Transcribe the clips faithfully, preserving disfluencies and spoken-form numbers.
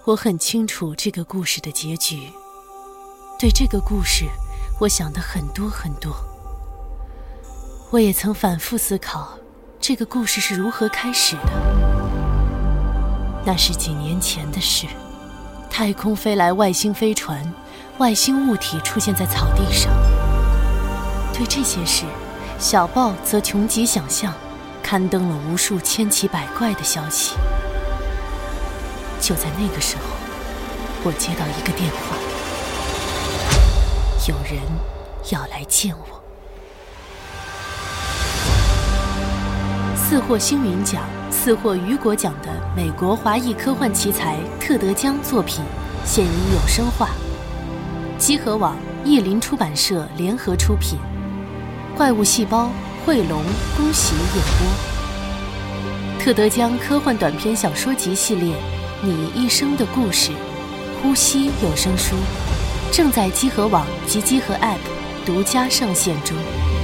我很清楚这个故事的结局，对这个故事我想得很多很多。我也曾反复思考这个故事是如何开始的。那是几年前的事，太空飞来外星飞船，外星物体出现在草地上。对这些事，小报则穷极想象，刊登了无数千奇百怪的消息。就在那个时候，我接到一个电话，有人要来见我。四获星云奖、四获雨果奖的美国华裔科幻奇才特德·江作品现已有声化，积禾网、译林出版社联合出品，怪物细胞、汇龙恭喜演播。特德·江科幻短篇小说集系列《你一生的故事》呼吸有声书正在积禾网及积禾 App 独家上线中。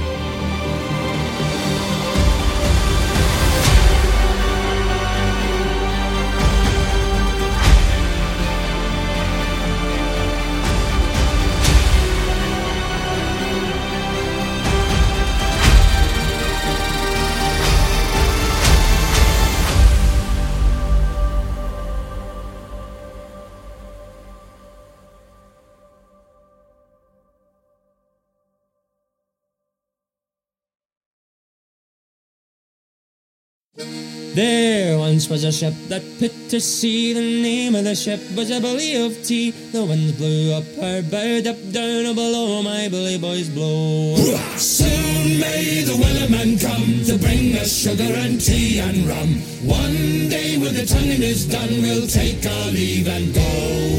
There once was a ship that put to sea. The name of the ship was a Billy of Tea. The winds blew up her bow, up down or below, my Billy boys blow. Soon may the Wellerman come to bring us sugar and tea and rum. One day when the tonguing is done, we'll take our leave and go.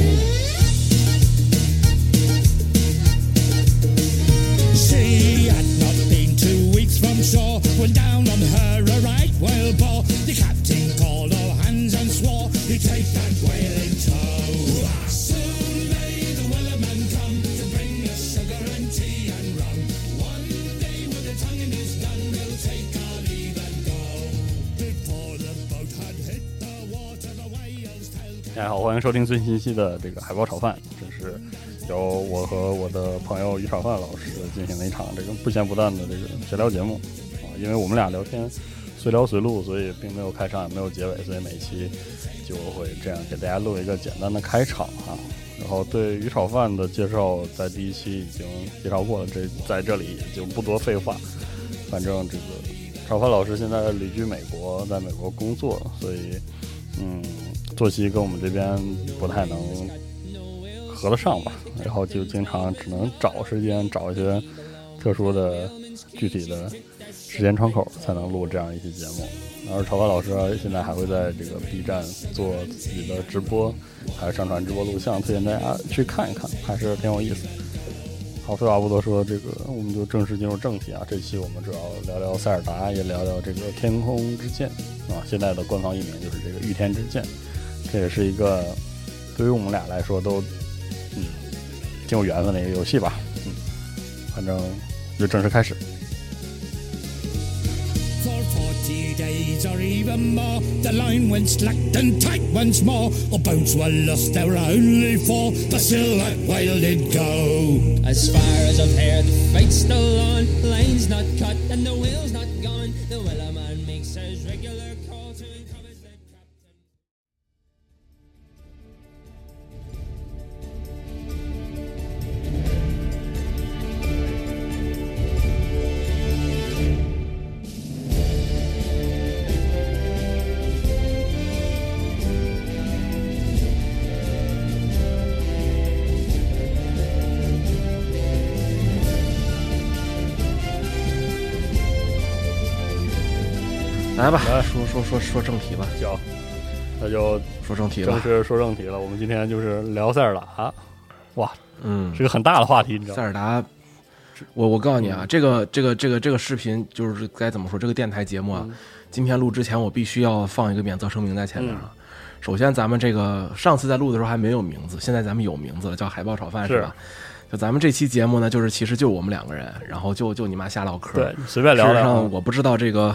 She had not been two weeks from shore when down on her a right whale bore. The captain called all hands and swore he'd take that whale in tow. Soon may the Wellerman come to bring us sugar and tea and rum. One day when the tonguing is done, we'll take our leave and go. Before the boat had hit the water, the whale's tail. 大家好，欢迎收听最新一期的这个海豹炒饭，这是由我和我的朋友于炒饭老师进行了一场这个不咸不淡的这个闲聊节目啊，因为我们俩聊天随聊随录，所以并没有开场也没有结尾，所以每期就会这样给大家录一个简单的开场啊。然后对于炒饭的介绍在第一期已经介绍过了，这在这里也就不多废话。反正这个炒饭老师现在旅居美国，在美国工作，所以嗯作息跟我们这边不太能合得上吧，然后就经常只能找时间找一些特殊的具体的时间窗口才能录这样一期节目。而炒饭老师现在还会在这个 B 站做自己的直播，还有上传直播录像，推荐大家去看一看，还是挺有意思。好，废话不多说，这个我们就正式进入正题啊。这期我们主要聊聊塞尔达，也聊聊这个天空之剑啊，现在的官方译名就是这个御天之剑。这也是一个对于我们俩来说都嗯挺有缘分的一个游戏吧。嗯，反正就正式开始。 Forty days or even more, the line went slack and tight once more. Our boats were lost, there were only four, but still that whale did go. As far as I've heard, the fight's still on. The line's not cut and the whale's not gone. The Wellerman makes his regular call to encourage the captain. 来吧，来说说说说正题吧。 行，那就说正题了， 正式说正题了。我们今天就是聊塞尔达，哇， 嗯， 是个很大的话题，你知道吗？ 塞尔达，我我告诉你啊，嗯、这个这个这个这个视频就是该怎么说？这个电台节目啊，嗯、今天录之前我必须要放一个免责声明在前面了。嗯、首先，咱们这个上次在录的时候还没有名字，现在咱们有名字了，叫海豹炒饭，是吧？就咱们这期节目呢，就是其实就我们两个人，然后就就你妈瞎唠嗑， 对，随便聊聊。 事实上，我不知道这个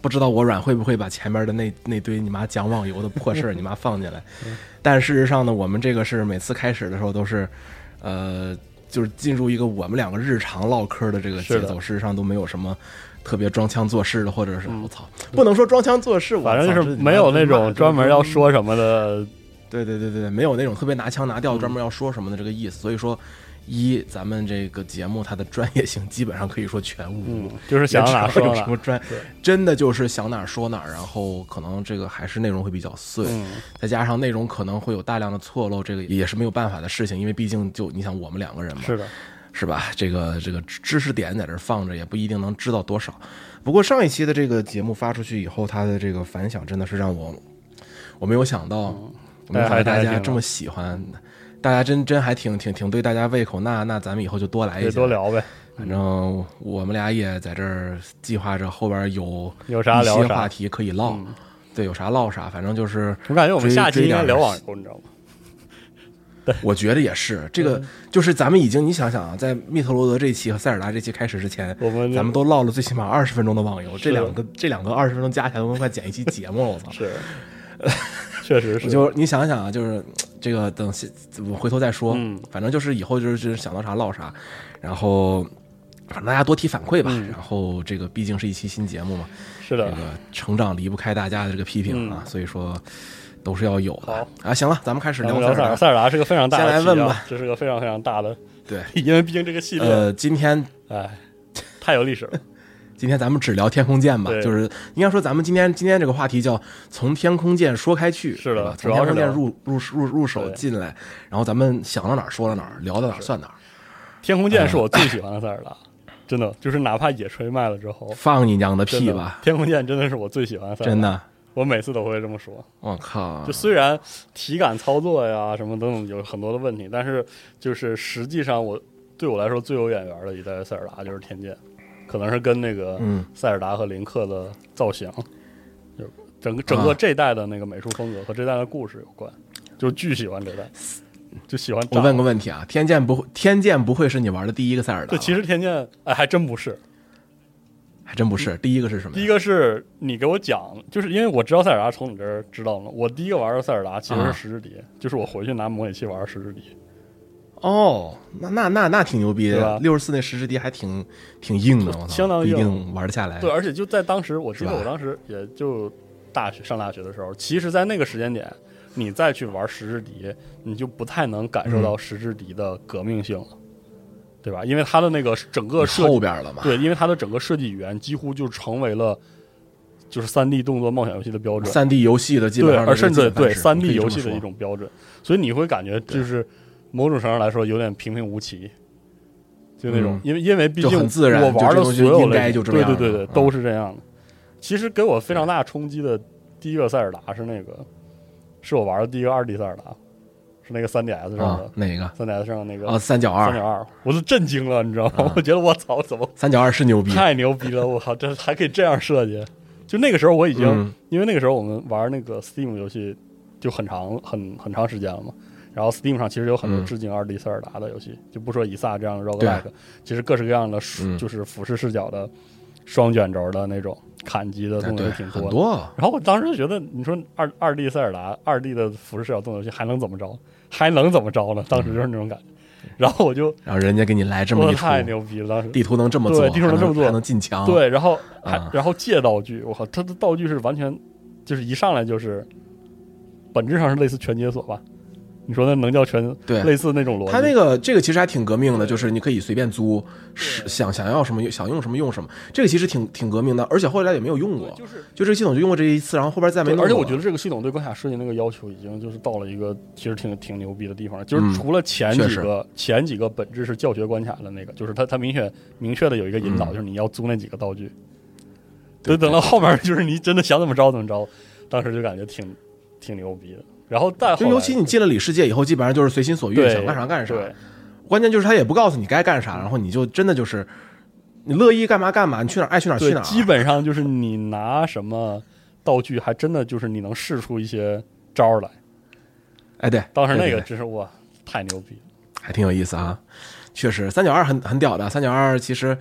不知道我软会不会把前面的那那堆你妈讲网游的破事儿你妈放进来。但事实上呢，我们这个是每次开始的时候都是，呃，就是进入一个我们两个日常唠嗑的这个节奏，事实上都没有什么特别装腔作势的，或者是我操、嗯，不能说装腔作势， 反正就是没有那种专门要说什么的。 对对对对，没有那种特别拿腔拿调专门要说什么的这个意思。所以说，一咱们这个节目它的专业性基本上可以说全无， 嗯、就是想哪说哪， 什么专，真的就是想哪说哪，然后可能这个还是内容会比较碎，嗯、再加上内容可能会有大量的错漏，这个也是没有办法的事情，因为毕竟就你想我们两个人嘛， 是的。 是吧？这个这个知识点在这放着，也不一定能知道多少。不过上一期的这个节目发出去以后，它的这个反响真的是让我我没有想到，嗯、我没有想到大家这么喜欢，大家真真还挺挺挺对大家胃口。那那咱们以后就多来一些， 多聊呗。 反正我们俩也在这儿计划着后边有有啥聊啥， 一些话题可以唠，嗯、对，有啥唠啥。反正就是我感觉我们下期应该聊网游，你知道吗？ 对，我觉得也是，这个就是咱们已经，你想想啊，在密特罗德这期和塞尔达这期开始之前， 我们咱们都唠了最起码二十分钟的网游，这两个这两个二十分钟加起来都能快剪一期节目了，我操！ 是，确实是。 就你想想啊，就是这个等我回头再说， 嗯， 反正就是以后就是想到啥唠啥，然后反正大家多提反馈吧， 嗯、 然后这个毕竟是一期新节目嘛， 是的， 这个成长离不开大家的这个批评啊， 嗯、 所以说。都是要有的好啊！行了，咱们开始聊塞尔达。塞尔达是个非常大的， 先来问吧， 这是个非常非常大的， 对， 因为毕竟这个系列， 呃，今天哎，太有历史了。 今天咱们只聊天空剑吧，就是应该说咱们今天今天这个话题叫从天空剑说开去， 是的， 从天空剑入入入入手进来，然后咱们想到哪儿说到哪儿，聊到哪儿算哪儿。 天空剑是我最喜欢的塞尔达，真的，就是哪怕野炊卖了之后， 放你娘的屁吧！ 天空剑真的是我最喜欢的塞尔达， 真的。 我每次都会这么说， 我靠！ 就虽然体感操作呀什么等等有很多的问题，但是就是实际上我对我来说最有眼缘的一代塞尔达就是天剑，可能是跟那个塞尔达和林克的造型，嗯、就整个整个这代的那个美术风格和这代的故事有关，就巨喜欢这代，就喜欢。 我问个问题啊，天剑不天剑不会是你玩的第一个塞尔达？ 对，其实天剑哎还真不是。 还真不是，第一个是什么？ 第一个是你给我讲，就是因为我知道塞尔达从你这儿知道了。我第一个玩的塞尔达其实是十之笛，啊、就是我回去拿模拟器玩十之笛。 哦，那那那那挺牛逼的，六十四那十之笛还挺挺硬的，我操， 相当硬， 不一定玩得下来。 对，而且就在当时，我记得我当时也就大学上大学的时候，其实，在那个时间点，你再去玩十之笛，你就不太能感受到十之笛的革命性了。嗯，对吧？因为它的那个整个设计后边了嘛， 对，因为它的整个设计语言几乎就成为了就是三 D 动作冒险游戏的标准， 三 D 游戏的基本上， 对，而甚至对三 D 游戏的一种标准，所以你会感觉就是某种程度来说有点平平无奇，就那种，嗯、因为因为毕竟我玩的所有类型，对对对对，都是这样的。其实给我非常大冲击的第一个塞尔达是那个，是我玩的第一个二 D 塞尔达。是那个 三 D S 上的、 哦、哪个三 D S 上的那个啊、哦、三角二三角二，我都震惊了，你知道吗？啊、我觉得我操，怎么三角二是牛逼， 太牛逼了！我靠，这还可以这样设计。就那个时候我已经，嗯、因为那个时候我们玩那个 Steam 游戏就很长很很长时间了嘛。然后 Steam 上其实有很多致敬二 D 塞尔达的游戏，嗯、就不说以撒这样的 roguelike，其实各式各样的、嗯、就是俯视视角的双卷轴的那种砍击的动作挺多的。 多然后我当时就觉得，你说二二 D 塞尔达二 D 的俯视视角动作游戏还能怎么着？还能怎么着呢？当时就是那种感觉，嗯、然后我就， 然后人家给你来这么一出， 太牛逼了！当时地图能这么做， 对，地图能这么做， 还能进墙， 对，然后还、 啊、 然后借道具，我靠，它的道具是完全就是一上来就是，本质上是类似全解锁吧？你说那能叫全对类似那种逻辑？ 它那个这个其实还挺革命的，就是你可以随便租，想想要什么想用什么用什么，这个其实挺挺革命的，而且后来也没有用过，就是就这个系统就用过这一次，然后后边再没弄过。 而且我觉得这个系统对关卡设计那个要求已经就是到了一个其实挺挺牛逼的地方，就是除了前几个、嗯、前几个本质是教学关卡的那个，就是它它明确明确的有一个引导，嗯、就是你要租那几个道具。对，等到后面就是你真的想怎么着怎么着，当时就感觉挺挺牛逼的。然后再就尤其你进了里世界以后，基本上就是随心所欲，想干啥干啥。关键就是他也不告诉你该干啥，然后你就真的就是你乐意干嘛干嘛，你去哪儿爱去哪儿去哪儿。 基本上就是你拿什么道具，还真的就是你能试出一些招来。 哎，对， 当时那个真是哇，太牛逼了， 还挺有意思啊。确实，三角二很很屌的。三角二其实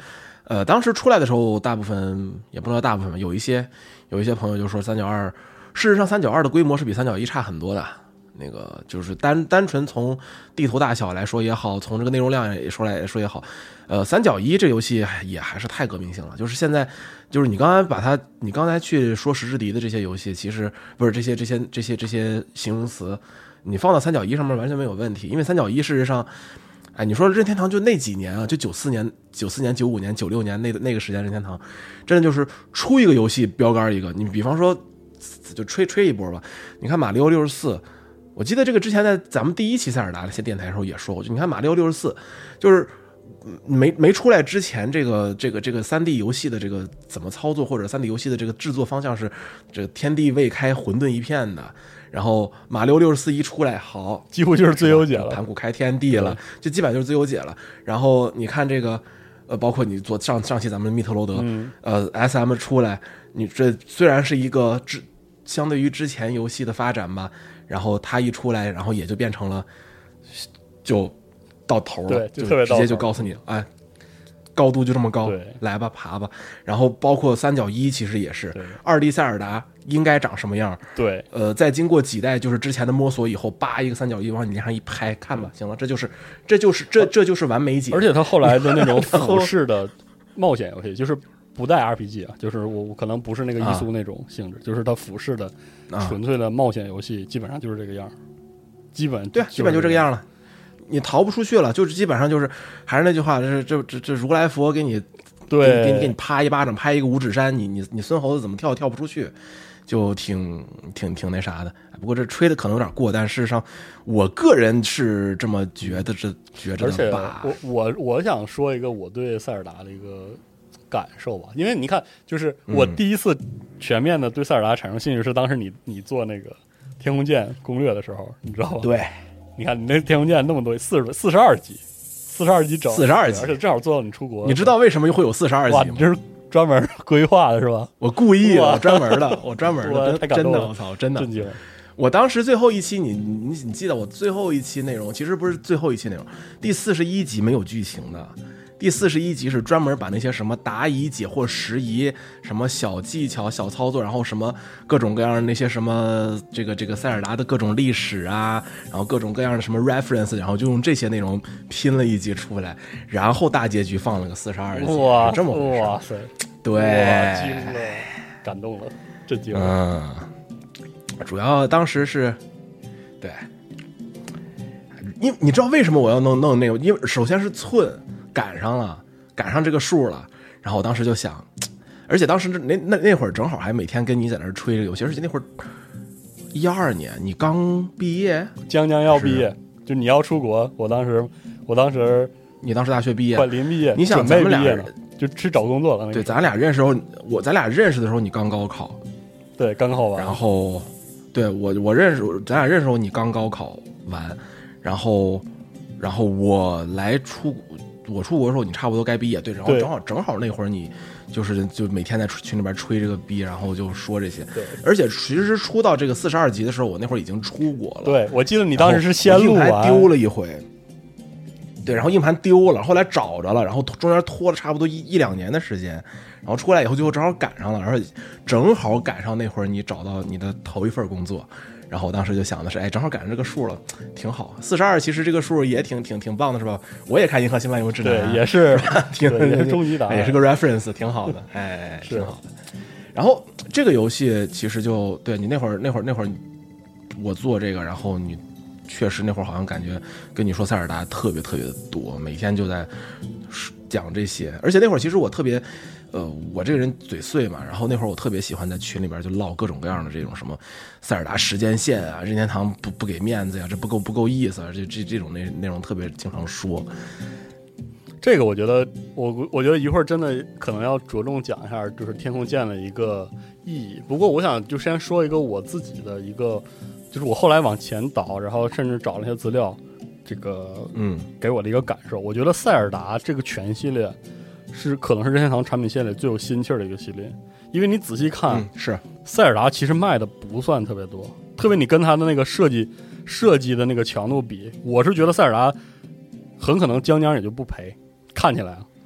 呃，当时出来的时候，大部分也不能说大部分吧，有一些有一些朋友就说三角二，事实上三角二的规模是比三角一差很多的。那个就是单单纯从地图大小来说也好，从这个内容量也说来说也好，呃，三角一这游戏也还是太革命性了。就是现在，就是你刚才把它，你刚才去说石之笛的这些游戏，其实不是这些这些这些这些形容词，你放到三角一上面完全没有问题，因为三角一事实上。哎，你说任天堂就那几年啊，就九四年、九四年、九五年、九六年那那个时间，任天堂真的就是出一个游戏标杆一个。你比方说，就吹吹一波吧。你看马里奥六十四，我记得这个之前在咱们第一期塞尔达那些电台的时候也说过，就你看马里奥六十四，就是没没出来之前，这个这个这个三 D 游戏的这个怎么操作，或者三 D 游戏的这个制作方向是这个天地未开，混沌一片的。然后马里奥六十四一出来，好， 几乎就是自由解了， 盘古开天地了，就基本上就是自由解了。然后你看这个，呃，包括你做上上期咱们密特罗德，嗯、呃 ，S M 出来，你这虽然是一个之相对于之前游戏的发展吧，然后它一出来，然后也就变成了就到头了， 对，就就直接就告诉你，哎。高度就这么高，来吧，爬吧。然后包括三角一，其实也是二 D 塞尔达应该长什么样？ 对， 呃，在经过几代就是之前的摸索以后，叭一个三角一往你脸上一拍，看吧，行了，这就是这就是这这就是完美解。 而且他后来的那种俯视的冒险游戏，就是不带 R P G 啊，就是我我可能不是那个伊苏那种性质，啊、就是他俯视的纯粹的冒险游戏，基本上就是这个样，基本对，基本就这个样了。你逃不出去了，就是基本上就是还是那句话，这这这这如来佛给你对给你给你啪一巴掌，拍一个五指山，你你你孙猴子怎么跳跳不出去，就挺挺挺那啥的。不过这吹的可能有点过，但事实上我个人是这么觉得，这觉着的吧。 而且我我我想说一个我对塞尔达的一个感受吧，因为你看，就是我第一次全面的对塞尔达产生兴趣是当时你你做那个天空剑攻略的时候，你知道吧？ 对。 你看，你那天空剑那么多，四十四十二集，四十二集整， 四十二集， 而且正好做到你出国。 你知道为什么会有四十二集吗？ 你这是专门规划的是吧？ 我故意的，我专门的，我专门的， 太感动了， 真的，我操，真的震惊了。 我当时最后一期，你你你记得我最后一期内容，其实不是最后一期内容，第四十一集没有剧情的。第四十一集是专门把那些什么答疑、解惑、时疑、什么小技巧、小操作，然后什么各种各样的那些什么这个这个塞尔达的各种历史啊，然后各种各样的什么 reference， 然后就用这些内容拼了一集出来，然后大结局放了个四十二集， 哇， 这么回事， 哇塞， 对， 惊了，感动了，震惊了。嗯，主要当时是，对，你你知道为什么我要弄弄那个？因为首先是寸。赶上了，赶上这个数了，然后我当时就想，而且当时那那那会儿正好还每天跟你在那儿吹这个游戏，而且那会儿一二年你刚毕业， 将将要毕业，就你要出国，我当时我当时你当时大学毕业， 快临毕业， 你想咱们俩就去找工作了。 对，咱俩认识的时候，我咱俩认识的时候你刚高考， 对，刚考完， 然后对我我认识咱俩认识的时候你刚高考完，然后然后我来出。我出国的时候，你差不多该毕业，对，然后正好正好那会儿你就是就每天在群里边吹这个逼，然后就说这些， 对， 而且其实出到这个四十二集的时候，我那会儿已经出国了， 对，我记得你当时是先录完， 硬盘丢了一回，对，然后硬盘丢了，后来找着了，然后中间拖了差不多一一两年的时间，然后出来以后最后正好赶上了，而且正好赶上那会儿你找到你的头一份工作。然后我当时就想的是，哎，正好赶上这个数了，挺好。四十二其实这个数也挺挺挺棒的，是吧？我也看《银河系漫游指南》， 对，也是， 挺也是终极档， 也是个 reference， 挺好的，哎，挺好的。然后这个游戏其实就对你那会儿那会儿那会儿我做这个，然后你确实那会儿好像感觉跟你说塞尔达特别特别的多，每天就在讲这些，而且那会儿其实我特别。呃，我这个人嘴碎嘛，然后那会儿我特别喜欢在群里边就唠各种各样的这种什么塞尔达时间线啊，任天堂不不给面子呀，这不够不够意思啊，这这这种内内容特别经常说。 这个我觉得，我我觉得一会儿真的可能要着重讲一下，就是天空剑的一个意义。不过我想就先说一个我自己的一个，就是我后来往前倒，然后甚至找了一些资料，这个嗯， 给我的一个感受。我觉得塞尔达这个全系列。是可能是任天堂产品线里最有心气儿的一个系列，因为你仔细看， 嗯、是塞尔达其实卖的不算特别多，特别你跟它的那个设计设计的那个强度比，我是觉得塞尔达很可能将将也就不赔，看起来啊，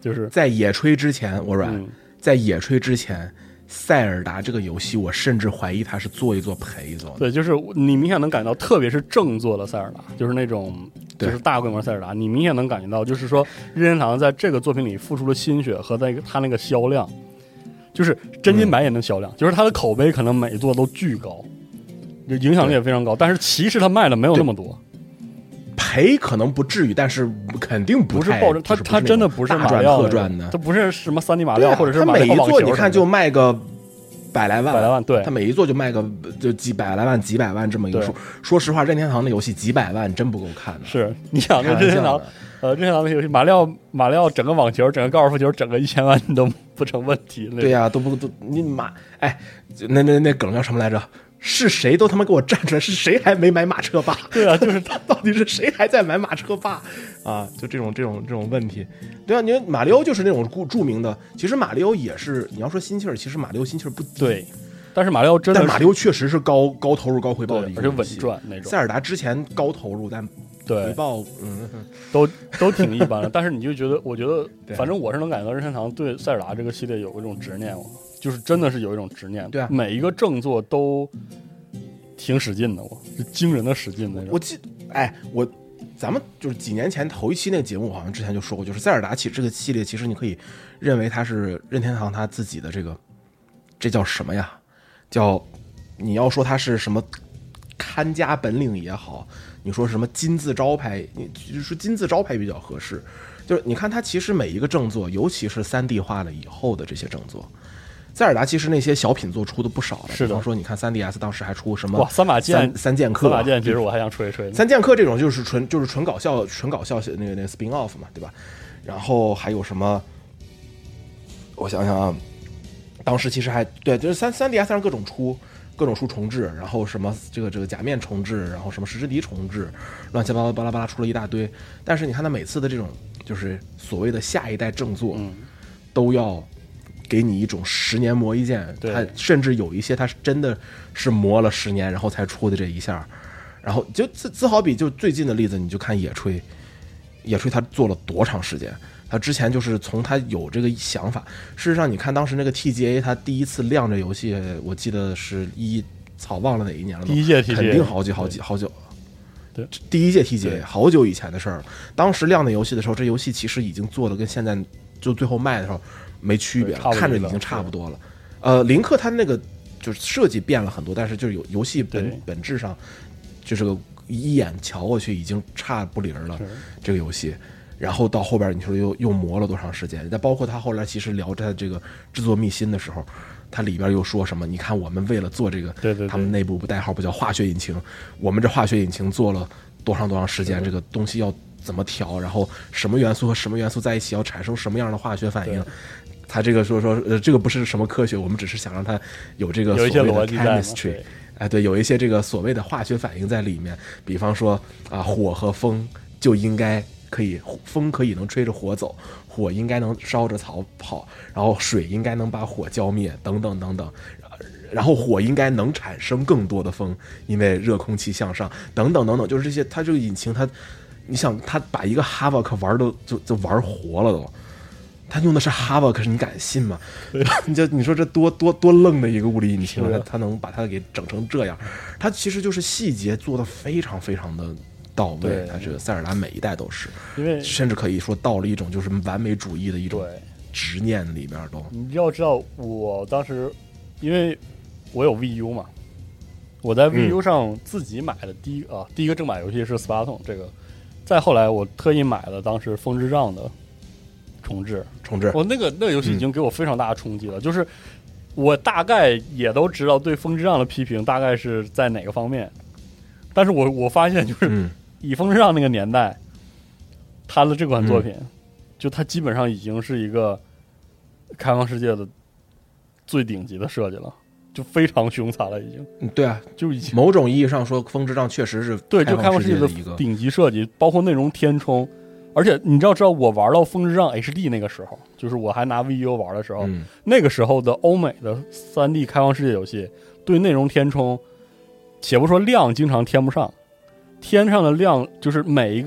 就是在野炊之前，我软、 嗯、 在野炊之前。塞尔达这个游戏，我甚至怀疑它是做一做陪做的。 对，就是你明显能感觉到，特别是正作的塞尔达，就是那种就是大规模塞尔达，你明显能感觉到，就是说任天堂在这个作品里付出了心血和在它那个销量，就是真金白银的销量，嗯、就是它的口碑可能每一座都巨高，就影响力也非常高，但是其实它卖的没有那么多。 赔可能不至于，但是肯定不不是暴赚，它它真的不是马料特赚的， 它不是什么三 D 马料、啊、或者是它每一座你看就卖个百来万， 百来万，对， 它每一座就卖个就几百来万、几百万这么一个数。说实话，任天堂的游戏几百万真不够看的。 是你想，这任天堂，呃，任天堂的游戏马料马料整个网球、整个高尔夫球、整个一千万都不成问题。 对呀、啊，都不都你马哎，那那那梗叫什么来着？是谁都他妈给我站出来！是谁还没买马车霸？ 对啊，就是他到底是谁还在买马车霸啊？就这种这种这种问题，对啊，你马里奥就是那种著名的。其实马里奥也是，你要说心气儿，其实马里奥心气儿不低， 对。但是马里奥真的， 但马里奥确实是高高投入高回报的一个， 而且稳赚那种。 塞尔达之前高投入，但回报嗯都都挺一般的。但是你就觉得，我觉得反正我是能感觉到任天堂对塞尔达这个系列有一种执念，就是真的是有一种执念。 对啊， 每一个正作都挺使劲的，我就惊人的使劲那种。 我记，哎，我咱们就是几年前头一期那个节目，好像之前就说过，就是塞尔达其这个系列，其实你可以认为它是任天堂它自己的这个，这叫什么呀？叫你要说它是什么看家本领也好，你说什么金字招牌，你就说金字招牌比较合适。就是你看它其实每一个正作，尤其是 三 D 化了以后的这些正作。塞尔达其实那些小品作出的不少了， 是的。 比方说，你看 三 D S 当时还出什么哇三把剑、 三剑客、 三把剑，其实我还想吹一吹。 三剑客这种就是纯就是纯搞笑、纯搞笑那个那个 spin off 嘛，对吧？然后还有什么？我想想啊，当时其实还对，就是三三 D S 上各种出各种出重置，然后什么这个这个假面重置，然后什么石之笛重置，乱七八糟巴拉巴拉出了一大堆。但是你看他每次的这种就是所谓的下一代正作， 嗯， 都要给你一种十年磨一剑，他甚至有一些他真的是磨了十年然后才出的这一下。然后就自自好比就最近的例子，你就看野炊，野炊他做了多长时间？他之前就是从他有这个想法，事实上你看当时那个 T G A 他第一次亮这游戏，我记得是一草忘了哪一年了， 第一届 T G A 肯定好几好几好久。 对， 第一届 T G A 好久以前的事儿了。当时亮的游戏的时候，这游戏其实已经做的跟现在就最后卖的时候没区别了，看着已经差不多了。呃，林克他那个就是设计变了很多，但是就是有游戏本本质上就是个一眼瞧过去已经差不离了这个游戏。然后到后边你说又又磨了多长时间？再包括他后来其实聊他这个制作秘辛的时候，他里边又说什么？你看我们为了做这个， 对对对， 他们内部不代号不叫化学引擎，我们这化学引擎做了多长多长时间？这个东西要怎么调？然后什么元素和什么元素在一起要产生什么样的化学反应？他这个说说呃，这个不是什么科学，我们只是想让它有这个所谓的 chemistry， 哎，对，有一些这个所谓的化学反应在里面。比方说啊，火和风就应该可以，风可以能吹着火走，火应该能烧着草跑，然后水应该能把火浇灭，等等等等。然后火应该能产生更多的风，因为热空气向上，等等等等，就是这些。它这个引擎它，你想它把一个 Havoc 玩都就就玩活了都。他用的是 Havoc， 你敢信吗？你就你说这多多多愣的一个物理引擎，他他能把它给整成这样，它其实就是细节做的非常非常的到位。它这个塞尔达每一代都是， 因为甚至可以说到了一种就是完美主义的一种执念里面都。 你要知道，我当时因为我有 V U 嘛，我在 V U 上自己买的第一个、嗯、啊第一个正版游戏是斯巴通这个，再后来我特意买了当时风之杖的。重置， 重置， 我、哦、那个那个游戏已经给我非常大的冲击了、嗯。就是我大概也都知道对风之杖的批评大概是在哪个方面，但是我我发现就是以风之杖那个年代，他的这款作品，嗯、就它基本上已经是一个开放世界的最顶级的设计了，就非常凶残了已经。 嗯，对啊， 就已经某种意义上说，风之杖确实是对，就开放世界的顶级设计，包括内容填充。而且你知道，知道我玩到风之杖 H D 那个时候，就是我还拿 V U 玩的时候、嗯，那个时候的欧美的 三 D 开放世界游戏对内容填充，且不说量经常填不上，填上的量就是每一个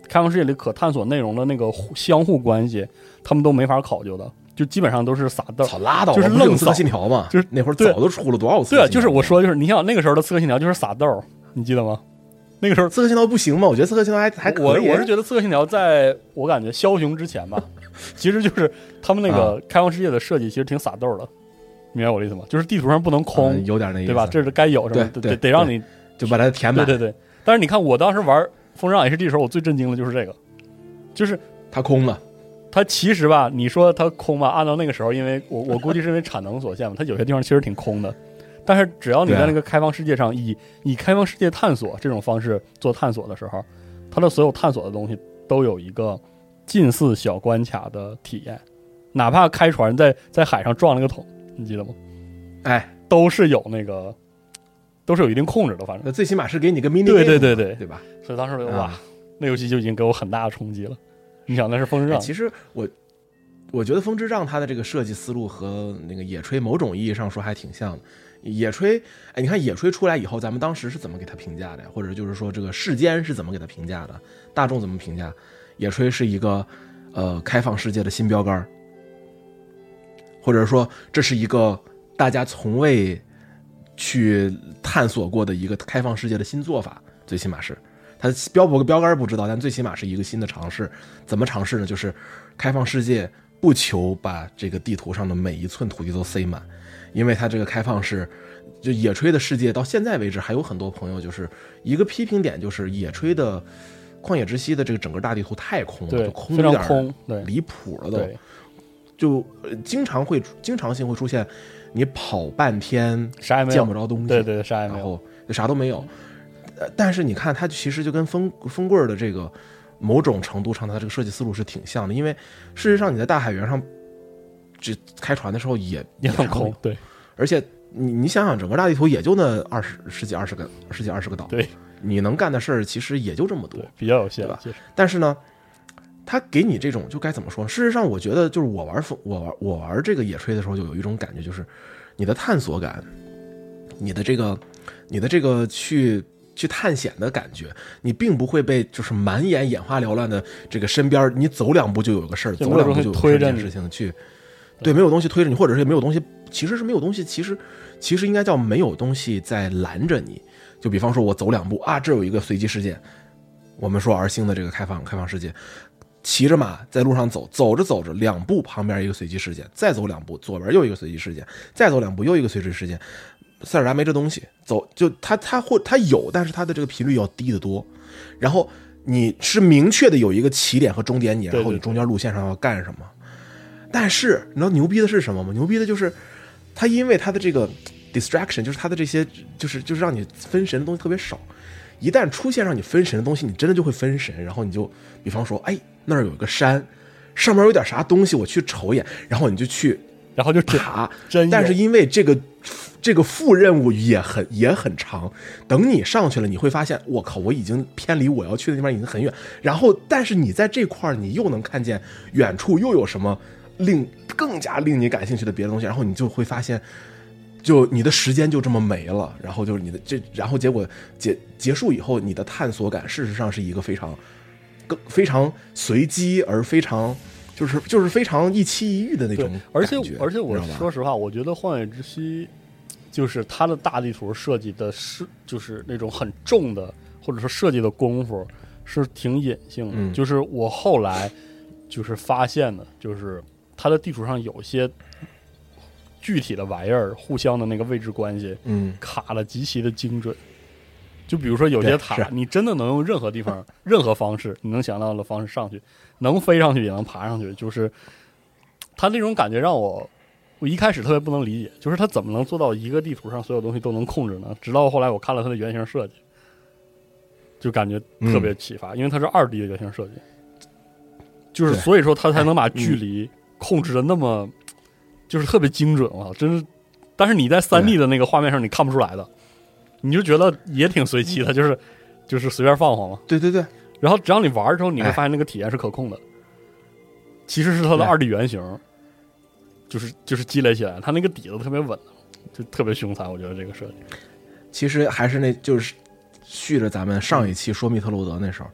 开放世界里可探索内容的那个相互关系，他们都没法考究的，就基本上都是撒豆， 操拉倒， 就是愣刺客信条嘛， 就是那会儿早都出了多少次。 对啊，就是我说，就是你想那个时候的刺客信条就是撒豆，你记得吗？那个时候刺客信条不行吗？我觉得刺客信条还还可以。 我我是觉得刺客信条在我感觉枭雄之前吧，其实就是他们那个开放世界的设计其实挺撒豆的，明白我的意思吗？就是地图上不能空， 嗯、有点那意思， 对吧？这是该有什么得得让你就把它填满。 对对对。但是你看我当时玩风之杖 H D 的时候，我最震惊的就是这个，就是它空了。 它其实吧，你说它空吧，按照那个时候，因为我我估计是因为产能所限嘛，它有些地方其实挺空的。但是只要你在那个开放世界上以以开放世界探索这种方式做探索的时候，它的所有探索的东西都有一个近似小关卡的体验，哪怕开船在在海上撞了个桶，你记得吗？ 哎， 都是有那个都是有一定控制的，反正那最起码是给你个 mini game， 对对对对对吧？ 所以当时哇、嗯，那游戏就已经给我很大的冲击了。你想那是风之杖、 哎，其实我我觉得风之杖它的这个设计思路和那个野炊某种意义上说还挺像的。野炊，哎，你看野炊出来以后，咱们当时是怎么给他评价的呀？或者就是说这个世间是怎么给他评价的？大众怎么评价？野炊是一个呃开放世界的新标杆，或者说这是一个大家从未去探索过的一个开放世界的新做法，最起码是它标不标杆不知道，但最起码是一个新的尝试。怎么尝试呢？就是开放世界不求把这个地图上的每一寸土地都塞满。因为它这个开放是，就野炊的世界到现在为止，还有很多朋友就是一个批评点，就是野炊的旷野之息的这个整个大地图太空了，就空有点离谱了都，就经常会经常性会出现你跑半天啥也没有， 见不着东西， 对对，啥也没有， 然后啥都没有。呃，但是你看它其实就跟风风棍的这个某种程度上，它这个设计思路是挺像的，因为事实上你在大海原上。这开船的时候也也很空，对， 而且你你想想，整个大地图也就那二十十几二十个十几二十个岛， 对， 你能干的事儿其实也就这么多， 比较有限， 对吧？但是呢，他给你这种就该怎么说呢？事实上，我觉得就是我玩我玩我玩这个野炊的时候，就有一种感觉，就是你的探索感，你的这个你的这个去。去探险的感觉，你并不会被就是满眼眼花缭乱的这个身边，你走两步就有个事儿，走两步就有这件事情去，对，没有东西推着你，或者是没有东西，其实是没有东西，其实其实应该叫没有东西在拦着你。就比方说，我走两步啊，这有一个随机事件，我们说R星的这个开放开放世界，骑着马在路上走，走着走着，两步旁边一个随机事件，再走两步左边又一个随机事件，再走两步又一个随机事件。塞尔达没这东西，走就他他或他有，但是他的这个频率要低得多。然后你是明确的有一个起点和终点，你然后你中间路线上要干什么。但是你知道牛逼的是什么吗？牛逼的就是他因为他的这个 distraction， 就是他的这些就是就是让你分神的东西特别少。一旦出现让你分神的东西，你真的就会分神。然后你就比方说，哎，那儿有一个山，上面有点啥东西，我去瞅一眼，然后你就去。 然后就爬，但是因为这个这个副任务也很也很长，等你上去了，你会发现，我靠，我已经偏离我要去的地方已经很远。然后，但是你在这块儿，你又能看见远处又有什么令更加令你感兴趣的别的东西，然后你就会发现，就你的时间就这么没了。然后就是你的这，然后结果结结束以后，你的探索感事实上是一个非常更非常随机而非常。就是就是非常一期一遇的那种感觉， 而且而且我说实话，我觉得《荒野之息》就是它的大地图设计的是就是那种很重的，或者说设计的功夫是挺隐性的。 嗯、 就是我后来就是发现的，就是它的地图上有些具体的玩意儿互相的那个位置关系， 嗯， 卡的极其的精准。就比如说有些塔，你真的能用任何地方、任何方式，你能想到的方式上去，能飞上去也能爬上去。就是他那种感觉让我，我一开始特别不能理解，就是他怎么能做到一个地图上所有东西都能控制呢？直到后来我看了他的原型设计，就感觉特别启发，嗯、因为它是二 D 的原型设计，就是所以说他才能把距离控制的那么，就是特别精准啊！真是，但是你在三 D 的那个画面上你看不出来的。你就觉得也挺随机的，就是就是随便放放嘛。 对对对。 然后只要你玩的时候，你会发现那个体验是可控的。哎、其实是它的二 D 原型，就是就是积累起来，它那个底子特别稳，就特别凶残。我觉得这个设计， 其实还是那就是续着咱们上一期说密特罗德那时候，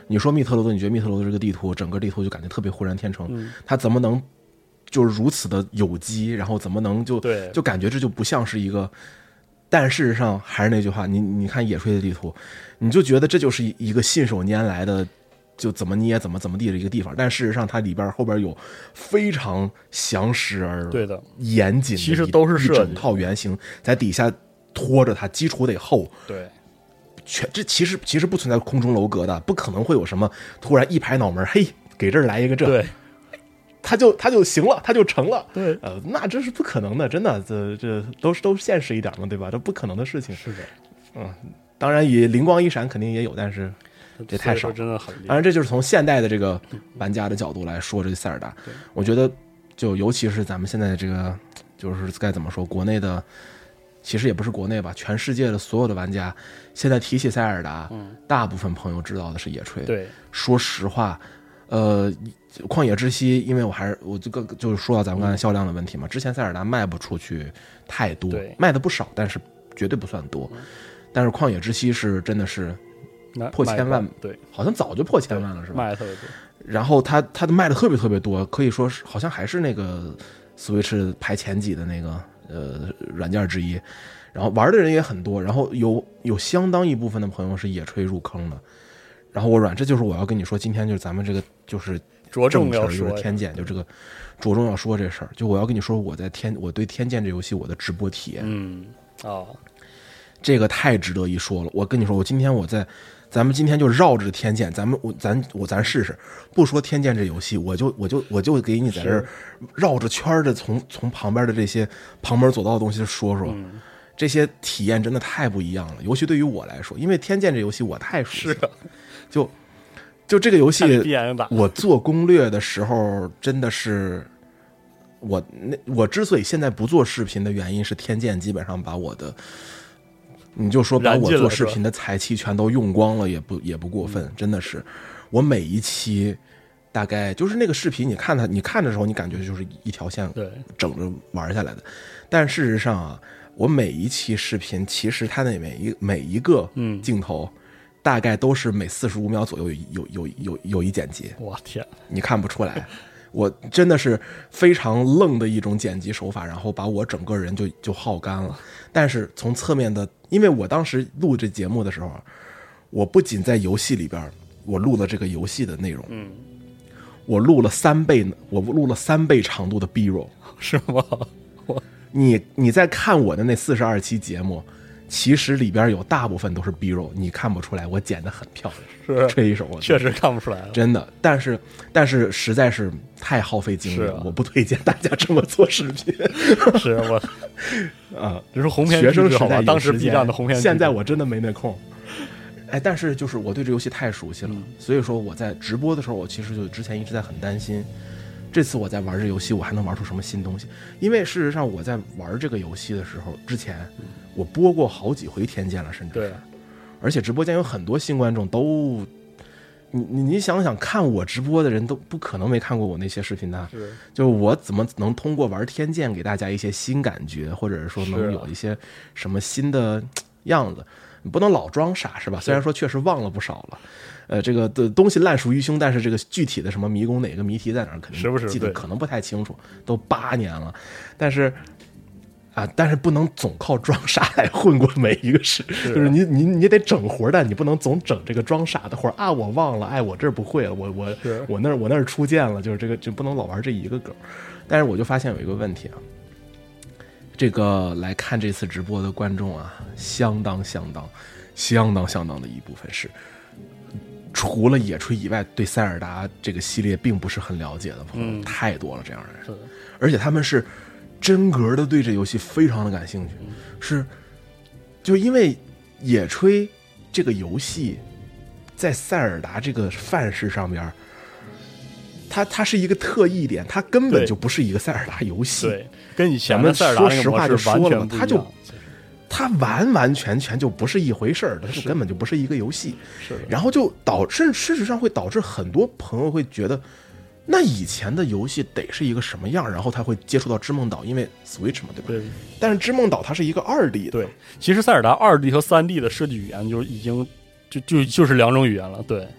你说密特罗德，你觉得密特罗德这个地图，整个地图就感觉特别浑然天成， 嗯、 它怎么能就是如此的有机，然后怎么能就对就感觉这就不像是一个。但事实上还是那句话，你你看野炊的地图，你就觉得这就是一个信手拈来的，就怎么捏怎么怎么地的一个地方。但事实上，它里边后边有非常详实而对的严谨的， 其实都是设计一整套原型在底下拖着它，基础得厚。 对， 全这其实其实不存在空中楼阁的，不可能会有什么突然一拍脑门，嘿，给这儿来一个这。 对。 他就他就行了，他就成了。 对， 呃，那这是不可能的，真的，这这都是都是现实一点嘛，对吧？这不可能的事情。 是的， 嗯，当然也灵光一闪肯定也有，但是这太少， 真的很厉害。 当然，这就是从现代的这个玩家的角度来说，这个塞尔达，我觉得就尤其是咱们现在这个，就是该怎么说，国内的，其实也不是国内吧，全世界的所有的玩家，现在提起塞尔达， 嗯， 大部分朋友知道的是野炊。 对， 说实话，呃。旷野之息，因为我还是我这个就是说到咱们刚才销量的问题嘛，之前塞尔达卖不出去太多，卖的不少，但是绝对不算多。但是旷野之息是真的是破千万， 对， 好像早就破千万了，是吧？ 卖的特别多。 然后它它的卖的特别特别多，可以说是好像还是那个 Switch 排前几的那个呃软件之一。然后玩的人也很多，然后有有相当一部分的朋友是野炊入坑的。然后我软，这就是我要跟你说，今天就是咱们这个就是。 着重要说天剑，就这个着重要说这事儿。就我要跟你说，我在天，我对天剑这游戏我的直播体验， 嗯，哦， 这个太值得一说了。我跟你说，我今天我在，咱们今天就绕着天剑，咱们我咱我咱试试，不说天剑这游戏，我就我就我就给你在这儿绕着圈的从从旁边的这些旁门左道的东西说说。 嗯， 这些体验真的太不一样了，尤其对于我来说，因为天剑这游戏我太熟悉了， 是就。就这个游戏， 我我做攻略的时候真的是，我那我之所以现在不做视频的原因是天剑基本上把我的，你就说把我做视频的财气全都用光了，也不也不过分，真的是，我每一期大概就是那个视频，你看它，你看的时候你感觉就是一条线整着玩下来的，但事实上啊，我每一期视频其实它的每一每一个镜头。嗯大概都是每四十五秒左右有有有有有一剪辑， 我天， 你看不出来，我真的是非常愣的一种剪辑手法，然后把我整个人就就耗干了。但是从侧面的，因为我当时录这节目的时候，我不仅在游戏里边，我录了这个游戏的内容， 嗯， 我录了三倍，我录了三倍长度的 B-roll， 是吗？我你你在看我的那四十二期节目。其实里边有大部分都是 B-roll， 你看不出来，我剪得很漂亮， 是吹一手， 确实看不出来了， 真的。但是但是实在是太耗费精力了，啊、我不推荐大家这么做视频。 是我啊， 这是红片学生时代， 当时 B 站的红片， 现在我真的没那空。哎，但是就是我对这游戏太熟悉了， 嗯、 所以说我在直播的时候，我其实就之前一直在很担心。这次我在玩这游戏，我还能玩出什么新东西？因为事实上我在玩这个游戏的时候，之前我播过好几回天剑了，甚至对， 而且直播间有很多新观众都，你你你想想看，我直播的人都不可能没看过我那些视频的， 是， 就我怎么能通过玩天剑给大家一些新感觉，或者是说能有一些什么新的样子？你不能老装傻是吧？虽然说确实忘了不少了。呃，这个的东西烂熟于胸，但是这个具体的什么迷宫哪个谜题在哪儿，肯定记得可能不太清楚，都八年了，但是啊，但是不能总靠装傻来混过每一个事， 是就是你你你得整活的，你不能总整这个装傻的活啊，我忘了，哎，我这儿不会了，我我我那儿我那儿出剑了，就是这个就不能老玩这一个梗。但是我就发现有一个问题啊，这个来看这次直播的观众啊，相当相当相当相当的一部分是。除了野炊以外，对塞尔达这个系列并不是很了解的朋友、嗯、太多了，这样的人， 是的， 而且他们是真格的对这游戏非常的感兴趣， 嗯、 是就因为野炊这个游戏在塞尔达这个范式上边，它它是一个特异点，它根本就不是一个塞尔达游戏， 对，跟以前的塞尔达说实话就说了嘛， 它就。它完完全全就不是一回事儿，它根本就不是一个游戏， 是， 然后就导致事实上会导致很多朋友会觉得，那以前的游戏得是一个什么样，然后他会接触到织梦岛，因为 Switch 嘛，对吧？ 对。 但是织梦岛它是一个二 D 的， 对。其实塞尔达二 D 和三 D 的设计语言就已经就就就是两种语言了，对。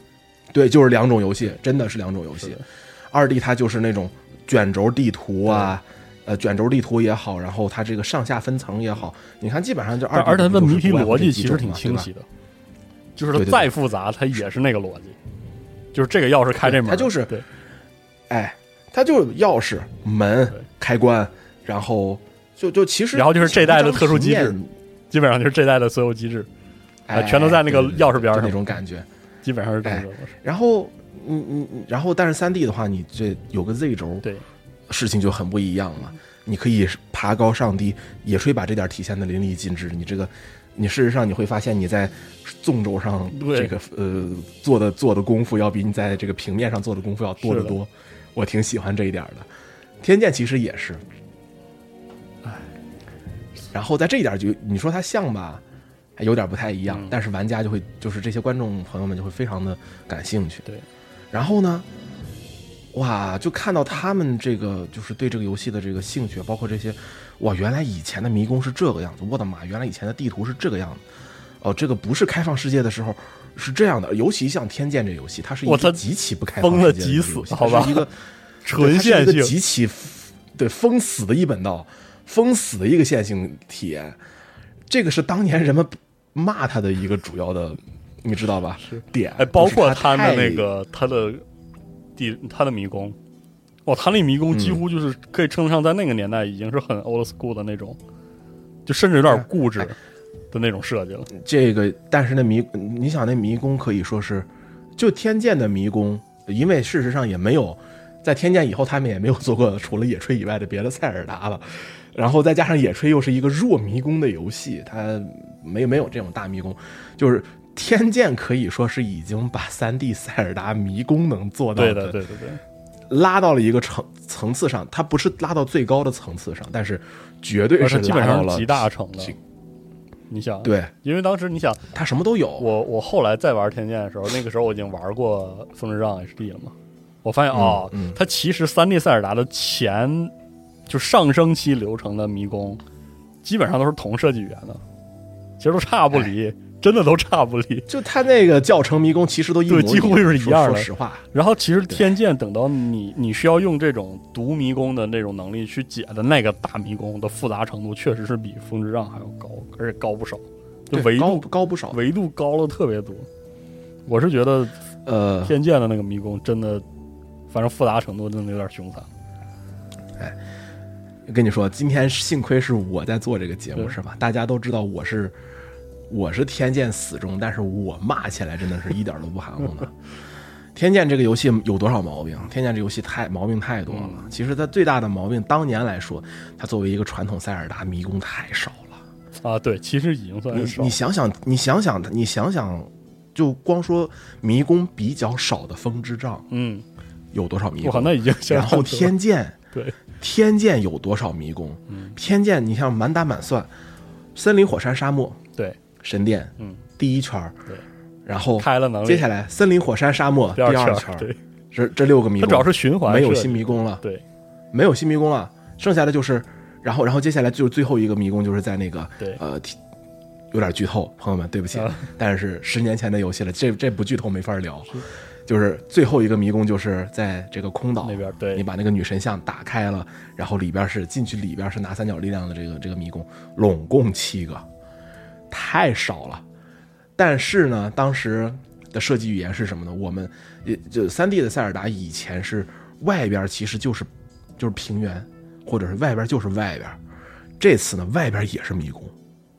对，就是两种游戏，真的是两种游戏。二 D 它就是那种卷轴地图啊，呃，卷轴地图也好，然后它这个上下分层也好，你看基本上就二 D， 而且它的谜题逻辑其实挺清晰的， 就是它再复杂，它也是那个逻辑，就是这个钥匙开这门， 它就是对， 哎，它就是钥匙门开关，然后就就其实， 然后就是这代的特殊机制，基本上就是这代的所有机制，哎，全都在那个钥匙边上， 那种感觉， 基本上是这个。然后，嗯嗯，然后但是三 D 的话，你这有个 Z 轴， 对， 事情就很不一样了。你可以爬高上低，野炊把这点体现的淋漓尽致。你这个，你事实上你会发现你在纵轴上这个呃做的做的功夫，要比你在这个平面上做的功夫要多得多。我挺喜欢这一点的。天剑其实也是，哎，然后在这一点就你说它像吧？还有点不太一样， 嗯、 但是玩家就会，就是这些观众朋友们就会非常的感兴趣。 对， 然后呢，哇，就看到他们这个就是对这个游戏的这个兴趣，包括这些，哇，原来以前的迷宫是这个样子，我的妈，原来以前的地图是这个样子，哦，这个不是开放世界的时候是这样的，尤其像天剑这游戏，它是一个极其不开放世界的游戏， 疯了急死，好吧， 一个纯线性， 极其对封死的一本道，封死的一个线性体验。这个是当年人们骂他的一个主要的，你知道吧？ 是点， 哎，包括他的那个他的地，他的迷宫，哇，他那迷宫几乎就是可以称得上在那个年代已经是很 old school 的那种，就甚至有点固执的那种设计了。 这个，但是那迷，你想那迷宫可以说是，就天剑的迷宫，因为事实上也没有在天剑以后，他们也没有做过除了野炊以外的别的塞尔达了。然后再加上野炊又是一个弱迷宫的游戏，它没没有这种大迷宫，就是天剑可以说是已经把 三 D 塞尔达迷宫能做到的，对的，对对对， 拉到了一个层层次上，它不是拉到最高的层次上，但是绝对是基本上集大成的。你想， 对， 因为当时你想， 它什么都有。 我我后来再玩天剑的时候，那个时候我已经玩过风之杖 H D 了嘛，我发现哦， 嗯嗯、 它其实 三 D 塞尔达的前。就上升期流程的迷宫，基本上都是同设计语言的，其实都差不离，哎、真的都差不离。 就它那个教程迷宫其实都一模一样， 对，几乎是一样的。 说实话， 然后其实天剑等到你你需要用这种读迷宫的那种能力去解的那个大迷宫的复杂程度，确实是比风之杖还要高，而且高不少，就维度高高不少， 维度高了特别多。我是觉得， 呃， 天剑的那个迷宫真的，反正复杂程度真的有点凶残。 哎。跟你说，今天幸亏是我在做这个节目，是吧？大家都知道我是我是天剑死忠，但是我骂起来真的是一点都不含糊的。天剑这个游戏有多少毛病？天剑这游戏太毛病太多了。嗯、其实它最大的毛病，当年来说，它作为一个传统塞尔达，迷宫太少了啊。对，其实已经算是少。 你你想想，你想想，你想想，就光说迷宫比较少的风之杖， 嗯， 有多少迷宫？ 哇，那已经然后天剑。 对， 天剑有多少迷宫？嗯，天剑你像满打满算，森林、火山、沙漠， 对， 神殿， 嗯， 第一圈， 对， 然后开了能力， 接下来森林、火山、沙漠第二圈， 对， 这这六个迷宫， 它主要是循环， 没有新迷宫了， 对， 没有新迷宫了，剩下的就是，然后然后接下来就是最后一个迷宫，就是在那个， 对， 呃，有点剧透，朋友们，对不起，啊、但是十年前的游戏了，这这不剧透没法聊。就是最后一个迷宫，就是在这个空岛那边，对， 你把那个女神像打开了，然后里边是进去，里边是拿三角力量的这个这个迷宫，拢共七个，太少了。但是呢，当时的设计语言是什么呢？我们也就 三 D 的塞尔达以前是外边其实就是就是平原，或者是外边就是外边，这次呢外边也是迷宫。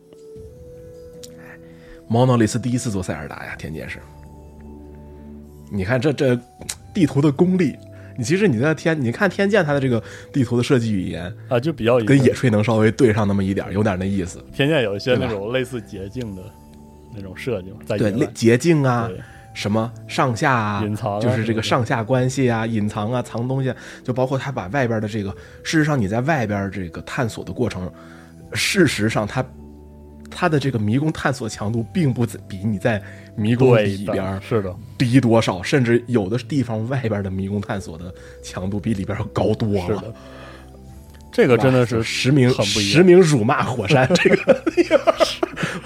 毛诺里斯第一次做塞尔达呀，天剑是。你看这这地图的功力，你其实你在天，你看天剑它的这个地图的设计语言啊，就比较跟野炊能稍微对上那么一点，有点那意思。 天剑有一些那种类似捷径的那种设计嘛，在对捷径啊，什么上下啊， 隐藏、啊， 就是这个上下关系啊，隐藏啊，藏东西，就包括他把外边的这个，事实上你在外边这个探索的过程，事实上它。它的这个迷宫探索强度并不比你在迷宫里边是的低多少，甚至有的地方外边的迷宫探索的强度比里边要高多了。 是的，这个真的是实名很不一样， 实名辱骂火山这个